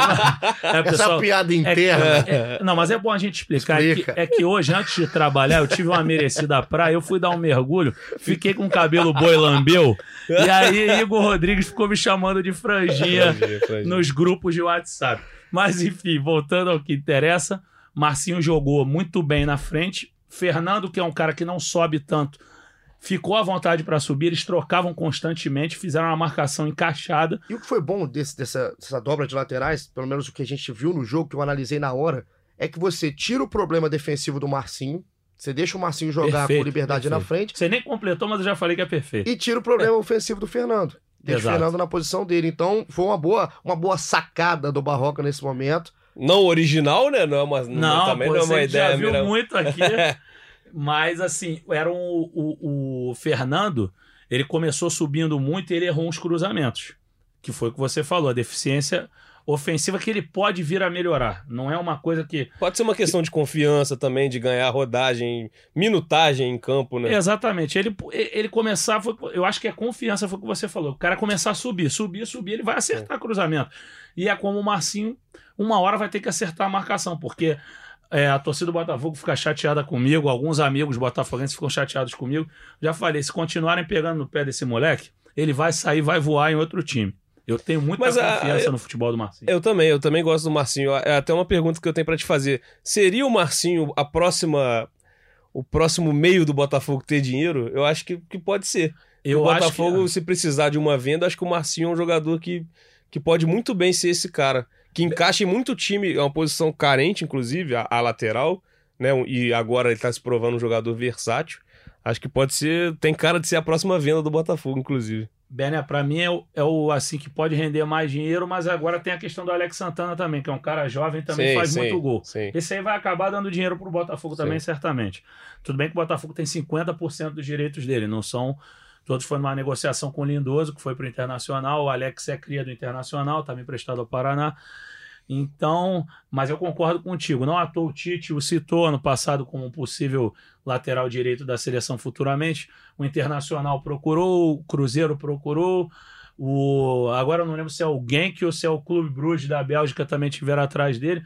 É, Essa pessoal, piada é- interna. é- não, mas é bom a gente explicar. É que, Explica. é que hoje, antes de trabalhar, eu tive uma merecida praia, eu fui dar um mergulho, fiquei com o cabelo boi lambeu, e aí Igor Rodrigues ficou me chamando de franjinha Franjinha, franjinha. nos grupos de WhatsApp. Mas enfim, voltando ao que interessa, Marcinho jogou muito bem na frente, Fernando, que é um cara que não sobe tanto, ficou à vontade para subir, eles trocavam constantemente, fizeram uma marcação encaixada. E o que foi bom desse, dessa, dessa dobra de laterais, pelo menos o que a gente viu no jogo, que eu analisei na hora, é que você tira o problema defensivo do Marcinho, você deixa o Marcinho jogar Perfeito, com liberdade perfeito. na frente, Você nem completou, mas eu já falei que é perfeito. e tira o problema ofensivo do Fernando. Deixa Exato. o Fernando na posição dele. Então, foi uma boa, uma boa sacada do Barroca nesse momento. Não original, né? Não, é uma, Não, também pô, não é você uma já ideia. viu mira- muito aqui. Mas, assim, era um, o, o Fernando, ele começou subindo muito e ele errou uns cruzamentos. Que foi o que você falou, a deficiência ofensiva que ele pode vir a melhorar. Não é uma coisa que... Pode ser uma questão de confiança também, de ganhar rodagem, minutagem em campo, né? Exatamente. Ele, ele começar, foi, eu acho que a confiança foi o que você falou. O cara começar a subir, subir, subir, ele vai acertar cruzamento. E é como o Marcinho, uma hora vai ter que acertar a marcação, porque é, a torcida do Botafogo fica chateada comigo, alguns amigos botafoguenses ficam chateados comigo. Já falei, se continuarem pegando no pé desse moleque, ele vai sair, vai voar em outro time. Eu tenho muita Mas, a- confiança eu- no futebol do Marcinho. Eu também, eu também gosto do Marcinho. É até uma pergunta que eu tenho pra te fazer. Seria o Marcinho a próxima, o próximo meio do Botafogo ter dinheiro? Eu acho que, que pode ser. Eu o acho Botafogo, que- se precisar de uma venda, acho que o Marcinho é um jogador que, que pode muito bem ser esse cara. Que encaixa em muito time, é uma posição carente, inclusive, a, a lateral, né? E agora ele tá se provando um jogador versátil. Acho que pode ser, tem cara de ser a próxima venda do Botafogo, inclusive. Berné, pra mim é o, é o assim que pode render mais dinheiro, mas agora tem a questão do Alex Santana também, que é um cara jovem e também Sim, faz sim, muito gol. sim. Esse aí vai acabar dando dinheiro pro Botafogo também, Sim. certamente. Tudo bem que o Botafogo tem cinquenta por cento dos direitos dele, não são... Todos foram numa negociação com o Lindoso, que foi pro Internacional, o Alex é cria do Internacional, tá me emprestado ao Paraná. Então, mas eu concordo contigo. Não à toa o Tite o citou ano passado como um possível lateral direito da seleção futuramente. O Internacional procurou, o Cruzeiro procurou. O... Agora eu não lembro se é o Genk ou se é o Clube Bruges da Bélgica também estiveram atrás dele.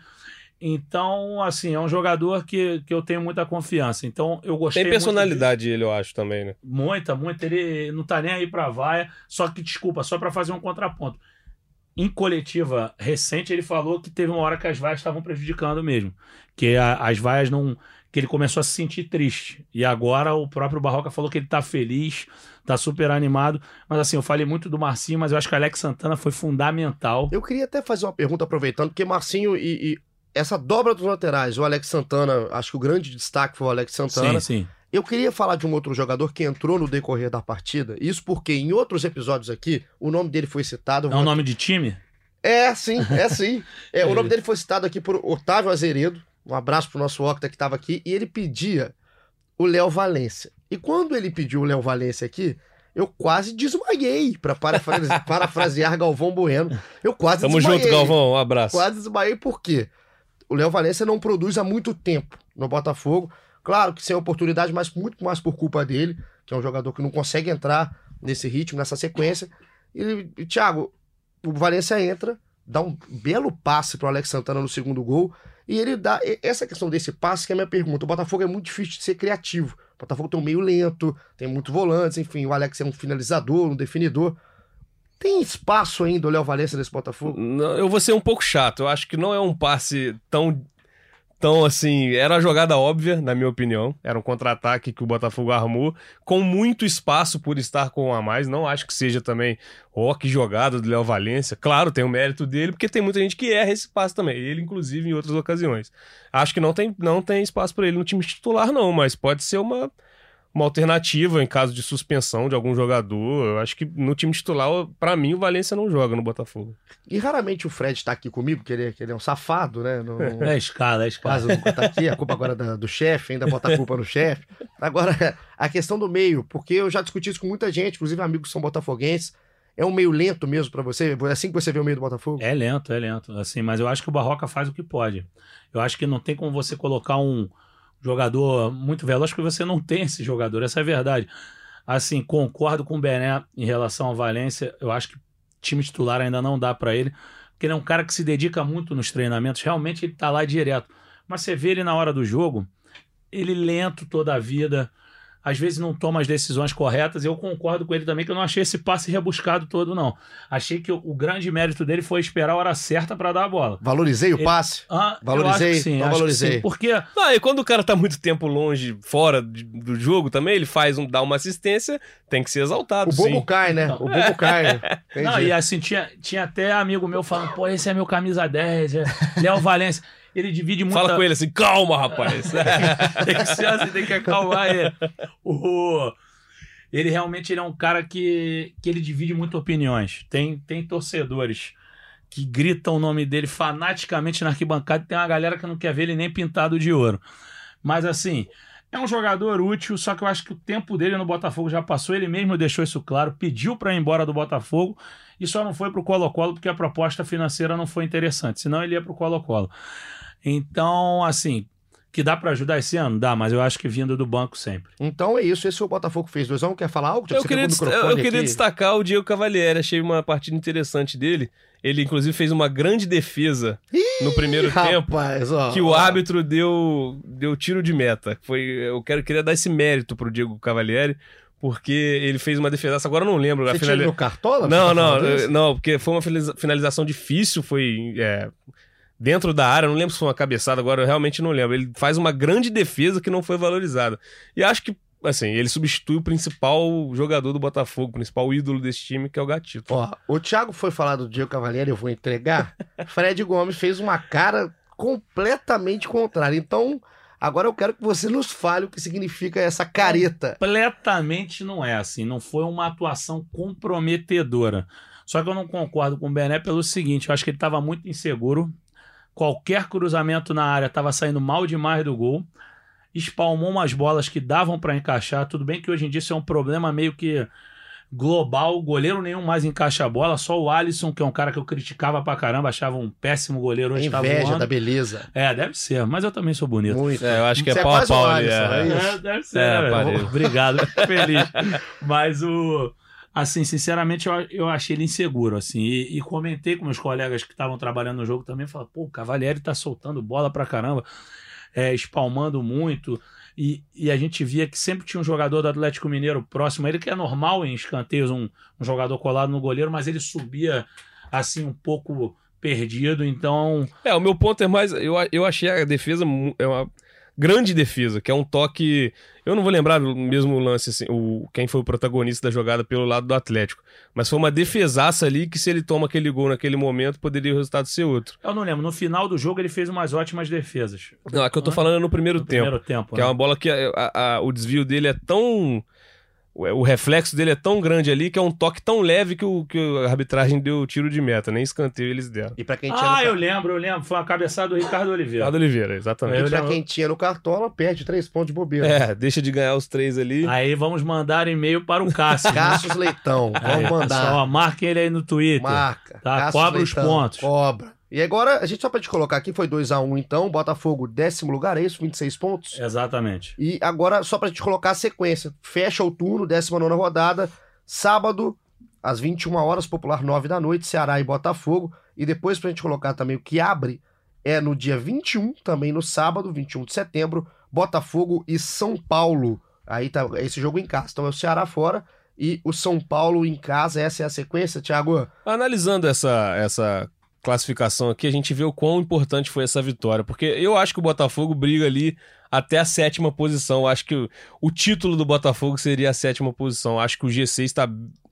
Então, assim, é um jogador que, que eu tenho muita confiança. Então, eu gostei Tem muito personalidade ele, eu acho, também, né? Muita, muita. Ele não tá nem aí pra vaia. Só que, desculpa, só pra fazer um contraponto. Em coletiva recente, ele falou que teve uma hora que as vaias estavam prejudicando mesmo. Que a- as vaias não... Que ele começou a se sentir triste. E agora o próprio Barroca falou que ele tá feliz, tá super animado. Mas assim, eu falei muito do Marcinho, mas eu acho que o Alex Santana foi fundamental. Eu queria até fazer uma pergunta aproveitando, porque Marcinho e, e essa dobra dos laterais, o Alex Santana, acho que o grande destaque foi o Alex Santana. Sim, sim. Eu queria falar de um outro jogador que entrou no decorrer da partida, isso porque em outros episódios aqui, o nome dele foi citado. eu É vou um nome de time? É, sim, é sim. É, o nome dele foi citado aqui por Otávio Azeredo. Um abraço pro nosso Octa que estava aqui. E ele pedia o Léo Valência. E quando ele pediu o Léo Valência aqui, eu quase desmaiei, para parafrase... parafrasear Galvão Bueno. Eu quase Tamo desmaiei. junto, Galvão. Um abraço. Quase desmaiei por quê? O Léo Valência não produz há muito tempo no Botafogo. Claro que sem oportunidade, mas muito mais por culpa dele, que é um jogador que não consegue entrar nesse ritmo, nessa sequência. E, e Thiago, o Valência entra, dá um belo passe pro Alex Santana no segundo gol, e ele dá... Essa questão desse passe que é a minha pergunta. O Botafogo é muito difícil de ser criativo. O Botafogo tem um meio lento, tem muito volantes, enfim, o Alex é um finalizador, um definidor. Tem espaço ainda o Léo Valência nesse Botafogo? Não, eu vou ser um pouco chato. Eu acho que não é um passe tão, tão assim... Era a jogada óbvia, na minha opinião. Era um contra-ataque que o Botafogo armou, com muito espaço por estar com um a mais. Não acho que seja também, ó, que jogada do Léo Valência. Claro, tem o mérito dele, porque tem muita gente que erra esse passe também. Ele, inclusive, em outras ocasiões. Acho que não tem, não tem espaço para ele no time titular, não, mas pode ser uma... uma alternativa em caso de suspensão de algum jogador. Eu acho que no time titular, pra mim, o Valência não joga no Botafogo. E raramente o Fred tá aqui comigo, porque ele, que ele é um safado, né? No, É escala, é escala. Quase nunca tá aqui, a culpa agora é da, do chefe, ainda bota a culpa no chefe. Agora, a questão do meio, porque eu já discuti isso com muita gente, inclusive amigos que são botafoguenses. É um meio lento mesmo pra você? É assim que você vê o meio do Botafogo? É lento, é lento. Assim, mas eu acho que o Barroca faz o que pode. Eu acho que não tem como você colocar um jogador muito veloz, porque você não tem esse jogador, essa é a verdade. Assim, concordo com o Bené em relação ao Valência. Eu acho que time titular ainda não dá pra ele, porque ele é um cara que se dedica muito nos treinamentos. Realmente ele tá lá direto. Mas você vê ele na hora do jogo, ele lento toda a vida, às vezes não toma as decisões corretas. Eu concordo com ele também que eu não achei esse passe rebuscado todo, não. Achei que o, o grande mérito dele foi esperar a hora certa para dar a bola. Valorizei o ele, passe? Ah, valorizei? Eu acho que sim, não acho valorizei. Que sim, porque... Ah, e quando o cara tá muito tempo longe, fora de, do jogo também, ele faz um, dá uma assistência, tem que ser exaltado, O bobo sim. cai, né? O bobo cai. Não, e assim, tinha, tinha até amigo meu falando, pô, esse é meu camisa dez, é Léo Valência. Ele divide muito. Fala com ele assim, calma, rapaz. Tem que ser assim, tem que acalmar ele. O... Ele realmente ele é um cara que, que ele divide muito opiniões. Tem, tem torcedores que gritam o nome dele fanaticamente na arquibancada e tem uma galera que não quer ver ele nem pintado de ouro. Mas assim, é um jogador útil, só que eu acho que o tempo dele no Botafogo já passou. Ele mesmo deixou isso claro, pediu para ir embora do Botafogo e só não foi pro Colo-Colo porque a proposta financeira não foi interessante. Senão ele ia pro Colo-Colo. Então, assim, que dá pra ajudar esse ano? Dá, mas eu acho que vindo do banco sempre. Então é isso, esse é o Botafogo fez dois a um. Quer falar algo? Eu queria, dest- eu queria destacar o Diego Cavalieri, achei uma partida interessante dele. Ele, inclusive, fez uma grande defesa Ih, no primeiro rapaz, tempo, ó, que o ó. árbitro deu, deu tiro de meta. Foi, eu quero, queria dar esse mérito pro Diego Cavalieri, porque ele fez uma defesa. Agora eu não lembro. Você a finaliza... finali... no Cartola? Não, tá não, não, porque foi uma finalização difícil, foi... É... dentro da área, não lembro se foi uma cabeçada, agora eu realmente não lembro. Ele faz uma grande defesa que não foi valorizada. E acho que, assim, ele substitui o principal jogador do Botafogo, o principal ídolo desse time, que é o Gatito. Ó, o Thiago foi falar do Diego Cavalieri, eu vou entregar. Fred Gomes fez uma cara completamente contrária. Então, agora eu quero que você nos fale o que significa essa careta. Completamente não é assim. Não foi uma atuação comprometedora. Só que eu não concordo com o Bené pelo seguinte, eu acho que ele estava muito inseguro. Qualquer cruzamento na área estava saindo mal demais do gol. Espalmou umas bolas que davam para encaixar. Tudo bem que hoje em dia isso é um problema meio que global. Goleiro nenhum mais encaixa a bola. Só o Alisson, que é um cara que eu criticava pra caramba. Achava um péssimo goleiro. Hoje tá Inveja voando. da beleza. É, deve ser. Mas eu também sou bonito. Muito. É, eu acho que Você é é pau a quase o pau. Alisson, É, é isso? É, deve ser. É, né? parei. Obrigado. Feliz. Mas o... Assim, sinceramente, eu, eu achei ele inseguro, assim, e, e comentei com meus colegas que estavam trabalhando no jogo também, falaram, pô, o Cavalieri tá soltando bola pra caramba, é, espalmando muito, e, e a gente via que sempre tinha um jogador do Atlético Mineiro próximo a ele, que é normal em escanteios, um, um jogador colado no goleiro, mas ele subia, assim, um pouco perdido, então... É, o meu ponto é mais, eu, eu achei a defesa, é uma grande defesa, que é um toque... Eu não vou lembrar mesmo o lance, assim, o, quem foi o protagonista da jogada pelo lado do Atlético. Mas foi uma defesaça ali que, se ele toma aquele gol naquele momento, poderia o resultado ser outro. Eu não lembro. No final do jogo, ele fez umas ótimas defesas. Não, a que eu tô falando é no primeiro no tempo. Primeiro tempo, que né? é uma bola que a, a, a, o desvio dele é tão... O reflexo dele é tão grande ali que é um toque tão leve que, o, que a arbitragem deu tiro de meta, nem escanteio eles deram. E pra quem tinha Ah, no... eu lembro, eu lembro. Foi uma cabeçada do Ricardo Oliveira. Ricardo Oliveira, exatamente. E pra quem tinha no Cartola, perde três pontos de bobeira. É, deixa de ganhar os três ali. Aí vamos mandar e-mail para o Cássio. Cassius Leitão, vamos Aí, mandar. pessoal, marquem ele aí no Twitter. Marca. Tá, Cassius cobra os Leitão, pontos. Cobra. E agora, a gente só pra te colocar aqui, foi dois a um então, Botafogo décimo lugar, é isso? vinte e seis pontos? Exatamente. E agora, só pra te colocar a sequência, fecha o turno, décima nona rodada, sábado, às vinte e uma horas, popular nove da noite, Ceará e Botafogo, e depois pra gente colocar também o que abre, é no dia vinte e um, também no sábado, vinte e um de setembro, Botafogo e São Paulo. Aí tá esse jogo em casa, então é o Ceará fora e o São Paulo em casa, essa é a sequência, Thiago? Analisando essa, essa classificação aqui, a gente vê o quão importante foi essa vitória, porque eu acho que o Botafogo briga ali até a sétima posição. Eu acho que o, o título do Botafogo seria a sétima posição. Eu acho que o G seis está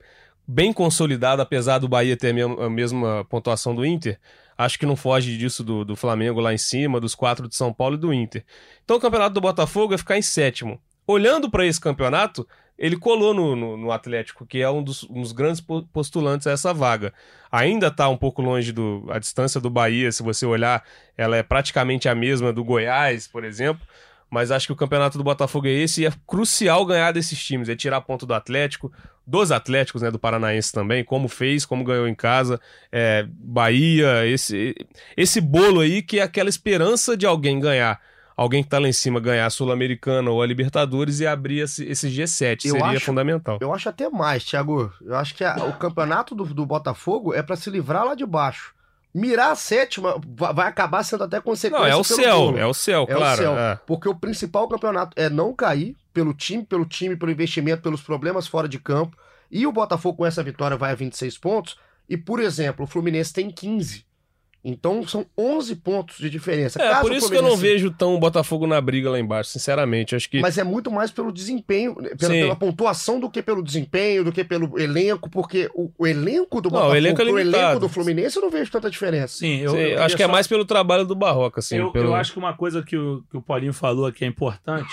bem consolidado, apesar do Bahia ter a mesma, a mesma pontuação do Inter. Acho que não foge disso do, do Flamengo lá em cima, dos quatro de São Paulo e do Inter. Então o campeonato do Botafogo é ficar em sétimo. olhando para esse campeonato, ele colou no, no, no Atlético, que é um dos, um dos grandes postulantes a essa vaga. Ainda está um pouco longe do... A distância do Bahia, se você olhar, ela é praticamente a mesma do Goiás, por exemplo. Mas acho que o campeonato do Botafogo é esse e é crucial ganhar desses times, é tirar ponto do Atlético, dos Atléticos, né, do Paranaense também, como fez, como ganhou em casa, é, Bahia, esse, esse bolo aí que é aquela esperança de alguém ganhar, alguém que tá lá em cima ganhar a Sul-Americana ou a Libertadores e abrir esse, esse G sete, Eu seria acho- fundamental. Eu acho até mais, Thiago. Eu acho que a- o campeonato do, do Botafogo é pra se livrar lá de baixo. Mirar a sétima va- vai acabar sendo até consequência. Não, é o pelo céu, bolo. é o céu, É claro. o céu. é. Porque o principal campeonato é não cair pelo time, pelo time, pelo investimento, pelos problemas fora de campo. E o Botafogo com essa vitória vai a vinte e seis pontos. E, por exemplo, o Fluminense tem quinze. Então são onze pontos de diferença. É, Caso por o isso que eu não Fluminense- vejo tão o Botafogo na briga lá embaixo, sinceramente. Acho que Mas é muito mais pelo desempenho, pela, Sim. pela pontuação do que pelo desempenho, do que pelo elenco, porque o, o elenco do Não, o Botafogo elenco é pro limitado. elenco do Fluminense eu não vejo tanta diferença. Sim, eu, Sim, eu acho queria que é só- mais pelo trabalho do Barroca, assim. eu, pelo... eu acho que uma coisa que o, que o Paulinho falou aqui é importante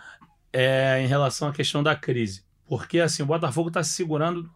é em relação à questão da crise. Porque assim, o Botafogo está se segurando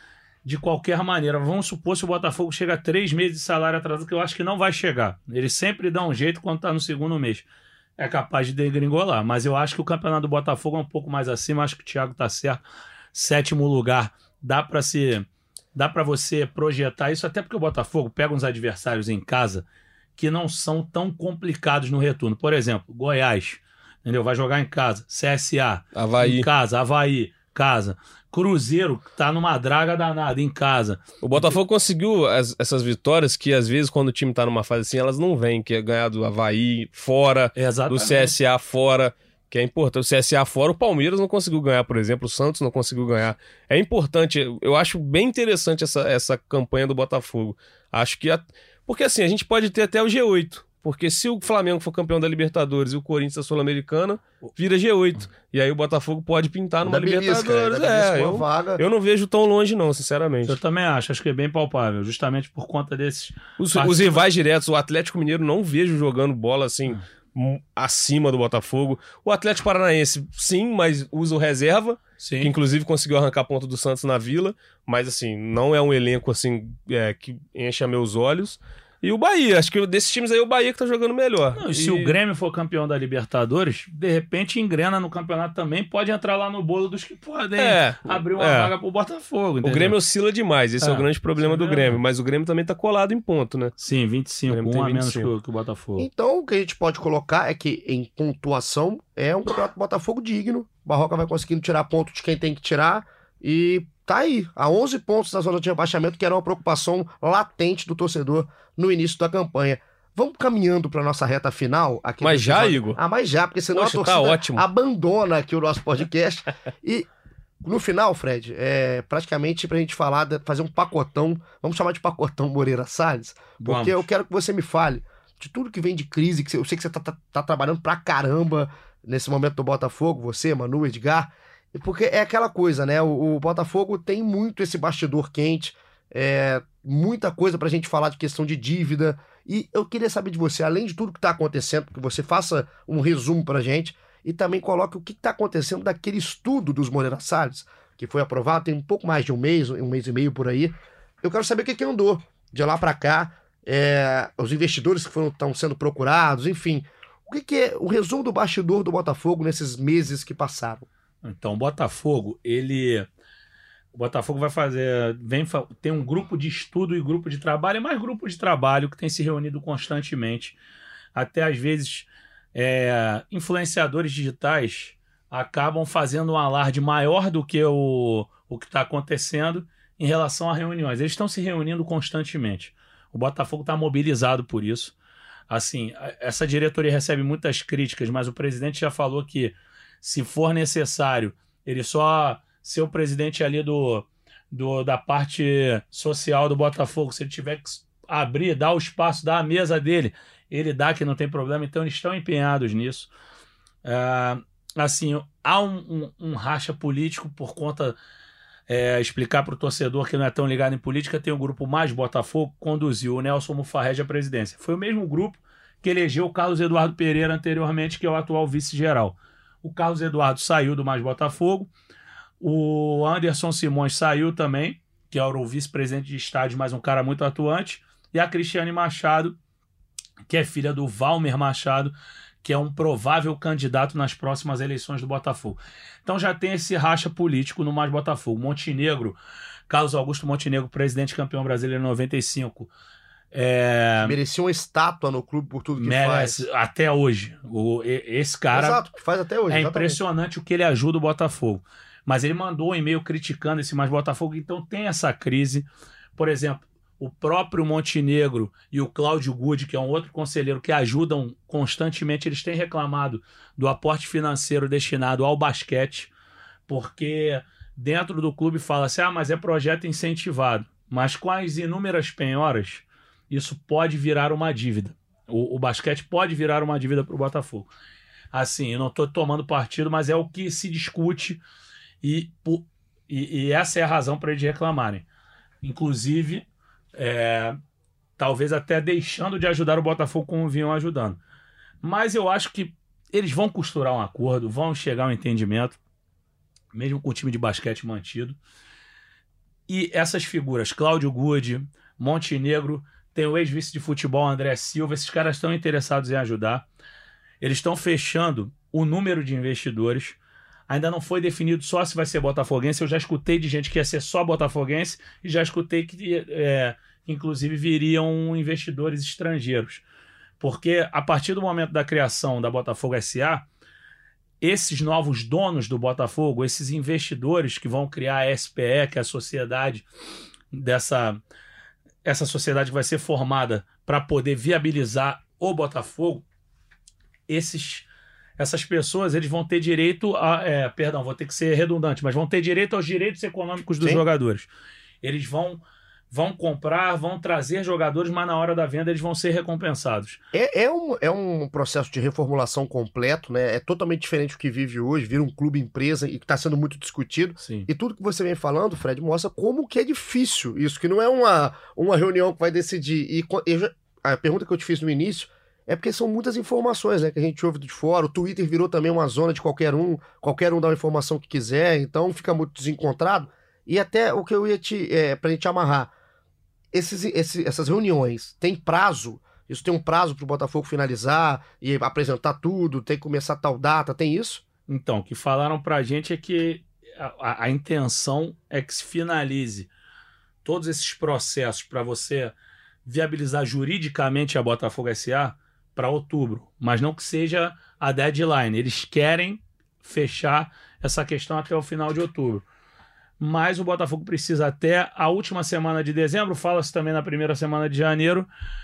de qualquer maneira. Vamos supor se o Botafogo chega a três meses de salário atrasado, que eu acho que não vai chegar. Ele sempre dá um jeito quando está no segundo mês. É capaz de degringolar. Mas eu acho que o campeonato do Botafogo é um pouco mais acima. Acho que o Thiago está certo. Sétimo lugar. Dá para se... Dá para você projetar isso, até porque o Botafogo pega uns adversários em casa que não são tão complicados no retorno. Por exemplo, Goiás, entendeu? Vai jogar em casa. C S A, Avaí. em casa. Avaí, casa. Cruzeiro, que tá numa draga danada, em casa. O Botafogo conseguiu as- essas vitórias que, às vezes, quando o time tá numa fase assim, elas não vêm, que é ganhar do Avaí fora, do Exatamente. C S A fora, que é importante. O C S A fora, o Palmeiras não conseguiu ganhar, por exemplo, o Santos não conseguiu ganhar. É importante, eu acho bem interessante essa, essa campanha do Botafogo. Acho que... A... Porque assim, a gente pode ter até o G oito, porque se o Flamengo for campeão da Libertadores e o Corinthians da Sul-Americana, vira G oito. E aí o Botafogo pode pintar numa Da belisca, Libertadores. da belisca É, uma eu, vaga. eu não vejo tão longe não, sinceramente. Eu também acho, acho que é bem palpável, justamente por conta desses... Os, Participa- os rivais diretos, o Atlético Mineiro não vejo jogando bola assim m- acima do Botafogo. O Atlético Paranaense, sim, mas usa o reserva, Sim. que inclusive conseguiu arrancar ponto do Santos na Vila, mas assim, não é um elenco assim é, que enche a meus olhos. E o Bahia, acho que desses times aí, o Bahia que tá jogando melhor. Não, e se E- o Grêmio for campeão da Libertadores, de repente engrena no campeonato também, pode entrar lá no bolo dos que podem É, abrir uma é. vaga pro Botafogo. O entendeu? Grêmio oscila demais, esse é, É, o grande problema isso é do Grêmio, verdade. mas o Grêmio também tá colado em ponto, né? Sim, vinte e cinco, O Grêmio um tem a menos vinte e que cinco. o, que o Botafogo. Então, o que a gente pode colocar é que, em pontuação, é um campeonato do Botafogo digno. O Barroca vai conseguindo tirar ponto de quem tem que tirar. E tá aí, a onze pontos da zona de rebaixamento, que era uma preocupação latente do torcedor no início da campanha. Vamos caminhando para nossa reta final. Aqui Mas do já, episódio. Igor? Ah, mas já, porque senão Poxa, a tá torcida ótimo. abandona aqui o nosso podcast. E no final, Fred, é praticamente pra gente falar, de- fazer um pacotão, vamos chamar de pacotão Moreira Salles, porque Vamos. eu quero que você me fale de tudo que vem de crise, que você- eu sei que você tá, tá- tá trabalhando pra caramba nesse momento do Botafogo, você, Manu, Edgar, e porque é aquela coisa, né? O, o Botafogo tem muito esse bastidor quente, é, muita coisa pra gente falar de questão de dívida, e eu queria saber de você, além de tudo que tá acontecendo, que você faça um resumo pra gente, e também coloque o que está acontecendo daquele estudo dos Moreira Salles, que foi aprovado tem um pouco mais de um mês, um mês e meio por aí. Eu quero saber o que, que andou de lá para cá, é, os investidores que foram, estão sendo procurados, enfim. O que, que é o resumo do bastidor do Botafogo nesses meses que passaram? Então, o Botafogo, ele... O Botafogo vai fazer... Vem, fa- tem um grupo de estudo e grupo de trabalho, é mais grupo de trabalho que tem se reunido constantemente. Até, às vezes, é, influenciadores digitais acabam fazendo um alarde maior do que o, o que está acontecendo em relação a reuniões. Eles estão se reunindo constantemente. O Botafogo está mobilizado por isso. Assim, a- essa diretoria recebe muitas críticas, mas o presidente já falou que, se for necessário, ele só ser o presidente ali do, do, da parte social do Botafogo, se ele tiver que abrir, dar o espaço, dar a mesa dele, ele dá, que não tem problema. Então eles estão empenhados nisso. É, assim, há um, um, um racha político por conta... É, explicar para o torcedor que não é tão ligado em política, tem o grupo Mais Botafogo que conduziu o Nelson Mufarrege à presidência. Foi o mesmo grupo que elegeu o Carlos Eduardo Pereira anteriormente, que é o atual vice-geral. O Carlos Eduardo saiu do Mais Botafogo. O Anderson Simões saiu também, que era o vice-presidente de estádio, mas um cara muito atuante. E a Cristiane Machado, que é filha do Valmer Machado, que é um provável candidato nas próximas eleições do Botafogo. Então já tem esse racha político no Mais Botafogo. Montenegro, Carlos Augusto Montenegro, presidente campeão brasileiro em noventa e cinco. É... Merecia uma estátua no clube por tudo que merece, faz. Até hoje. O, esse cara... Exato, que faz até hoje. É exatamente. impressionante o que ele ajuda o Botafogo. Mas ele mandou um e-mail criticando esse Mais Botafogo, então tem essa crise. Por exemplo, o próprio Montenegro e o Cláudio Good, que é um outro conselheiro que ajudam constantemente, eles têm reclamado do aporte financeiro destinado ao basquete, porque dentro do clube fala-se, ah, mas é projeto incentivado. Mas com as inúmeras penhoras, isso pode virar uma dívida. O, o basquete pode virar uma dívida para o Botafogo. Assim, eu não estou tomando partido, mas é o que se discute e, e, e essa é a razão para eles reclamarem. Inclusive... É, talvez até deixando de ajudar o Botafogo como vinham ajudando. Mas eu acho que eles vão costurar um acordo, vão chegar a um entendimento, mesmo com o time de basquete mantido. E essas figuras, Cláudio Good, Montenegro, tem o ex-vice de futebol André Silva, esses caras estão interessados em ajudar. Eles estão fechando o número de investidores. Ainda não foi definido só se vai ser botafoguense. Eu já escutei de gente que ia ser só botafoguense e já escutei que, é, inclusive, viriam investidores estrangeiros. Porque, a partir do momento da criação da Botafogo S A, esses novos donos do Botafogo, esses investidores que vão criar a S P E, que é a sociedade dessa... essa sociedade que vai ser formada para poder viabilizar o Botafogo, esses... essas pessoas, eles vão ter direito a... É, perdão, vou ter que ser redundante, mas vão ter direito aos direitos econômicos dos Sim. jogadores. Eles vão, vão comprar, vão trazer jogadores, mas na hora da venda eles vão ser recompensados. É, é, um, é um processo de reformulação completo, né? É totalmente diferente do que vive hoje, vira um clube empresa e que está sendo muito discutido. Sim. E tudo que você vem falando, Fred, mostra como que é difícil isso, que não é uma, uma reunião que vai decidir. E eu já, a pergunta que eu te fiz no início é porque são muitas informações, né, que a gente ouve de fora. O Twitter virou também uma zona de qualquer um, qualquer um dá uma informação que quiser, então fica muito desencontrado. E até o que eu ia te, é, pra gente amarrar, esses, esses, essas reuniões, tem prazo? Isso tem um prazo pro Botafogo finalizar e apresentar tudo, tem que começar tal data, tem isso? Então, o que falaram pra gente é que a, a intenção é que se finalize todos esses processos para você viabilizar juridicamente a Botafogo S A para outubro, mas não que seja a deadline. Eles querem fechar essa questão até o final de outubro. Mas o Botafogo precisa até a última semana de dezembro, fala-se também na primeira semana de janeiro,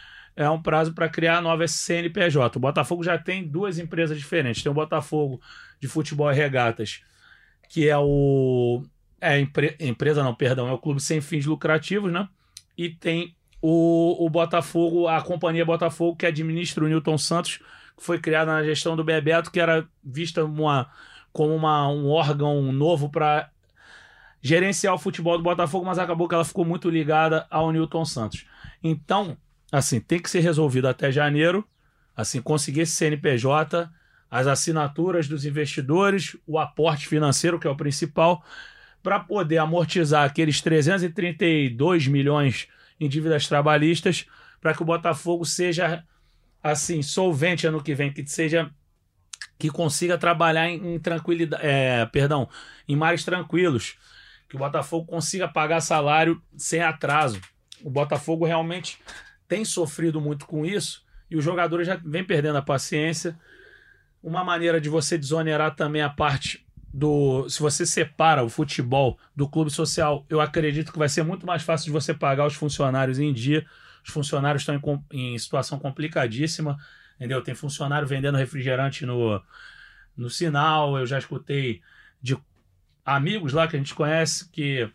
é um prazo para criar a nova C N P J. O Botafogo já tem duas empresas diferentes. Tem o Botafogo de Futebol e Regatas, que é o... É empre... empresa não, perdão, é o clube sem fins lucrativos, né? E tem O, o Botafogo, a companhia Botafogo, que administra o Newton Santos, que foi criada na gestão do Bebeto, que era vista uma, como uma, um órgão novo para gerenciar o futebol do Botafogo, mas acabou que ela ficou muito ligada ao Newton Santos. Então, assim, tem que ser resolvido até janeiro, assim, conseguir esse C N P J, as assinaturas dos investidores, o aporte financeiro, que é o principal, para poder amortizar aqueles trezentos e trinta e dois milhões em dívidas trabalhistas, para que o Botafogo seja assim solvente ano que vem, que seja que consiga trabalhar em, em tranquilidade, é, perdão, em mares tranquilos, que o Botafogo consiga pagar salário sem atraso. O Botafogo realmente tem sofrido muito com isso e os jogadores já vêm perdendo a paciência. Uma maneira de você desonerar também a parte do... Se você separa o futebol do clube social, eu acredito que vai ser muito mais fácil de você pagar os funcionários em dia. Os funcionários estão em, em situação complicadíssima, entendeu? Tem funcionário vendendo refrigerante no, no sinal. Eu já escutei de amigos lá que a gente conhece que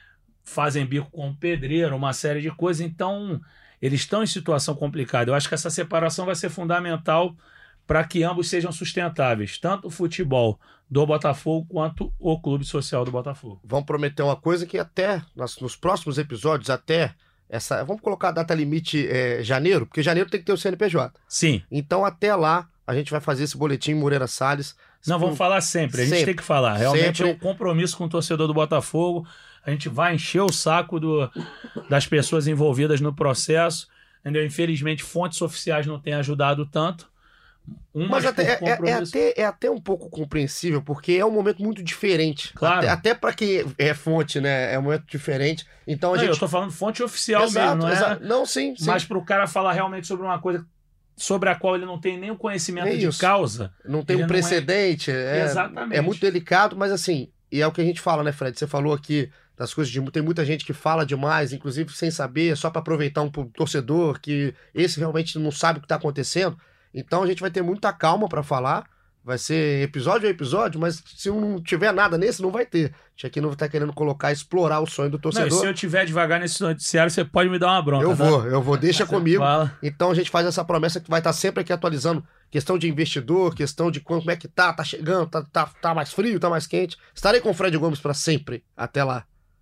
fazem bico com pedreiro, uma série de coisas. Então, eles estão em situação complicada. Eu acho que essa separação vai ser fundamental para que ambos sejam sustentáveis, tanto o futebol do Botafogo quanto o clube social do Botafogo. Vamos prometer uma coisa que até nas, nos próximos episódios, até essa, vamos colocar a data limite é, janeiro, porque janeiro tem que ter o C N P J. Sim. Então até lá a gente vai fazer esse boletim Moreira Salles Não, vamos falar sempre. A gente Sempre. tem que falar. Realmente Sempre. é um compromisso com o torcedor do Botafogo. A gente vai encher o saco do, das pessoas envolvidas no processo. Entendeu? Infelizmente, fontes oficiais não têm ajudado tanto. Umas Mas até, por é, é, compromisso. até, é até um pouco compreensível, porque é um momento muito diferente. Claro. Até, até para quem é fonte, né? É um momento diferente. Então a Não, gente. eu tô falando fonte oficial Exato, mesmo, não é? exato. Não, sim, sim. Mas para o cara falar realmente sobre uma coisa sobre a qual ele não tem nenhum conhecimento É de isso. causa. Não tem ele um não é- precedente. É, Exatamente. é muito delicado, mas assim, e é o que a gente fala, né, Fred? Você falou aqui das coisas de. Tem muita gente que fala demais, inclusive sem saber, só para aproveitar um torcedor, que esse realmente não sabe o que tá acontecendo. Então a gente vai ter muita calma para falar. Vai ser episódio a episódio, mas se não tiver nada nesse, não vai ter. A gente aqui não tá querendo colocar, explorar o sonho do Não, e torcedor. se eu tiver devagar nesse noticiário, você pode me dar uma bronca. Eu tá? vou, eu vou, deixa Você comigo. fala. Então a gente faz essa promessa que vai estar sempre aqui atualizando questão de investidor, questão de como é que tá, tá chegando, tá, tá, tá mais frio, tá mais quente. Estarei com o Fred Gomes para sempre. Até lá.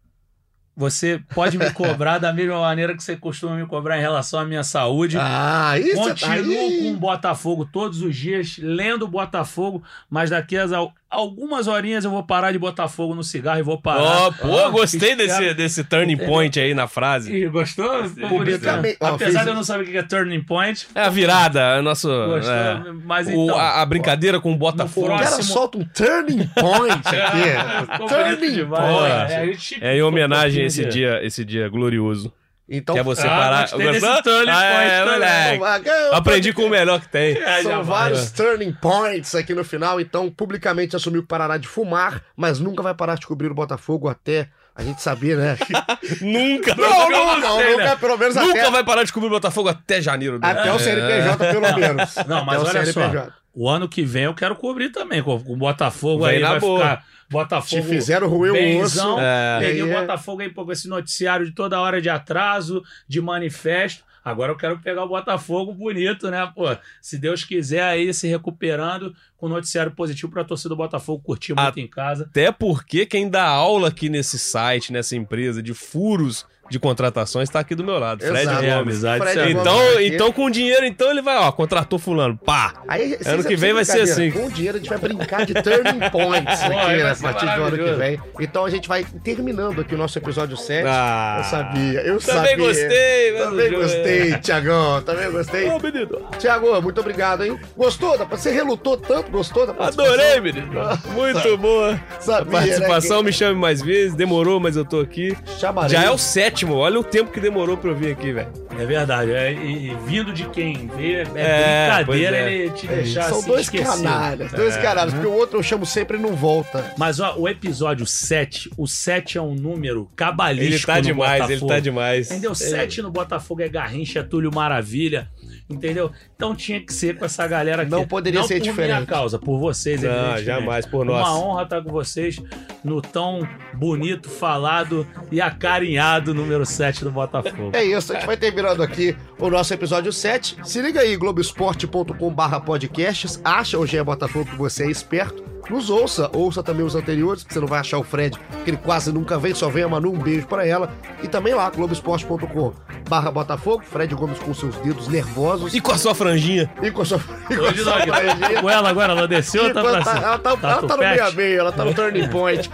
Você pode me cobrar da mesma maneira que você costuma me cobrar em relação à minha saúde. Ah, isso Continuo aí. com o Botafogo todos os dias, lendo o Botafogo, mas daqui a al- algumas horinhas eu vou parar de botar fogo no cigarro e vou parar. Ó, pô, Ó, gostei espero- desse, desse turning point aí na frase. Ih, gostou? Ficou bonito, né? Publicamente- ó, Apesar fez- de eu não saber o que é turning point. É a virada, é nosso. Gostou? é, Mas o- então. a, a brincadeira com o Botafogo. O cara próximo- solta um turning point aqui. Ficou bonito turning demais. point. É, a gente É em homenagem a ficou esse um pouquinho dia, esse dia glorioso. Então, que é você Ah, parar. gostei desse Gostou? turning Ah, é, point também. moleque. eu- Aprendi com o melhor que tem. É, São já vai. vários turning points aqui no final, então publicamente assumiu que parará de fumar, mas nunca vai parar de cobrir o Botafogo até a gente saber, né? Nunca. Não, não, eu não, sei, nunca, né? pelo menos Nunca até, vai parar de cobrir o Botafogo até janeiro. né? até o C N P J, pelo menos. Não, mas Até o olha C N P J. só. O ano que vem eu quero cobrir também. Com o Botafogo Vem aí na vai boa. ficar. Te Botafogo. fizeram roer o benzão. osso. É. Peguei E o aí é- Botafogo aí com esse noticiário de toda hora de atraso, de manifesto. Agora eu quero pegar o Botafogo bonito, né? Pô, se Deus quiser aí se recuperando com noticiário positivo pra torcida do Botafogo curtir muito A- em casa. Até porque quem dá aula aqui nesse site, nessa empresa de furos de contratações, tá aqui do meu lado. Fred Exato. Gomes. É, amizade, Fred isso é- Gomes. Então, aqui. então, com dinheiro, então ele vai, ó, contratou fulano. Pá! Aí, sem- Ano que sem vem vai ser brincadeira, assim. Com o dinheiro a gente vai brincar de turning points Pô, aqui, aí né, vai a ser partir do ano que maravilhoso. vem. Então a gente vai terminando aqui o nosso episódio sete. Ah, Eu sabia, eu Também sabia. gostei, mas Também o jogo gostei, Tiagão. Também gostei. Ô, menino. Tiago, muito obrigado, hein? Gostou? da- Você relutou tanto, gostou da participação? Adorei, menino. Muito boa. Sabia, A participação, né, me chame mais vezes. Demorou, mas eu tô aqui. que- Chamarei. Já é o sétimo. Olha o tempo que demorou pra eu vir aqui, velho. É verdade. É, e, e vindo de quem veio, é, é É, brincadeira pois é. ele te É, deixar São assim dois esquecido. canalhas, dois É. canalhas, porque o outro eu chamo sempre e não volta. Mas ó, o episódio sete, o sete é um número cabalístico. Ele tá no demais, Botafogo. ele tá demais. Entendeu? sete no Botafogo é Garrincha, é Túlio Maravilha. Entendeu? Então tinha que ser com essa galera aqui. Não poderia ser por diferente. minha causa, por vocês, Não, evidentemente. jamais, por nós. Uma honra estar com vocês no tão bonito, falado e acarinhado número sete do Botafogo. É isso, a gente vai terminando aqui o nosso episódio sete. Se liga aí, globoesporte ponto com barra podcasts. Acha o G E Botafogo que você é esperto. Nos ouça, ouça também os anteriores, que você não vai achar o Fred, que ele quase nunca vem, só vem a Manu, um beijo pra ela. E também lá, globoesporte ponto com barra Botafogo, Fred Gomes com seus dedos nervosos E com a sua franjinha? e com a sua, e com a Hoje sua não, franjinha. com ela agora, ela desceu ou tá Enquanto pra tá- cima? ela tá, ela tá no tupete? meio a meio, ela tá no turning point.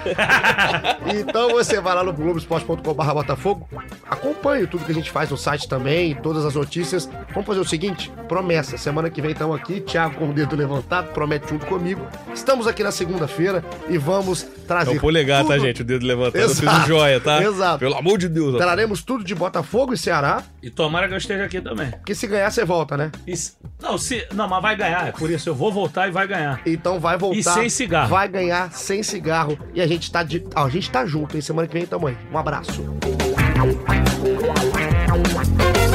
Então você vai lá no globoesporte ponto com barra Botafogo, acompanhe tudo que a gente faz no site também, todas as notícias. Vamos fazer o seguinte, promessa, semana que vem estamos aqui, Thiago com o dedo levantado, promete junto comigo. Estamos aqui na segunda-feira e vamos É trazer o polegar, tudo. tá, gente? O dedo levantado. Eu fiz Exato, um joia, tá? exato. Pelo amor de Deus. rapaz. Traremos tudo de Botafogo e Ceará, E tomara que eu esteja aqui também. porque se ganhar você volta, né? E se- não, se, não, mas vai ganhar, é por isso eu vou voltar e vai ganhar. Então vai voltar. E sem cigarro. Vai ganhar sem cigarro. E a gente tá, de... ah, a gente tá junto, hein? Semana que vem tamo aí. Um abraço.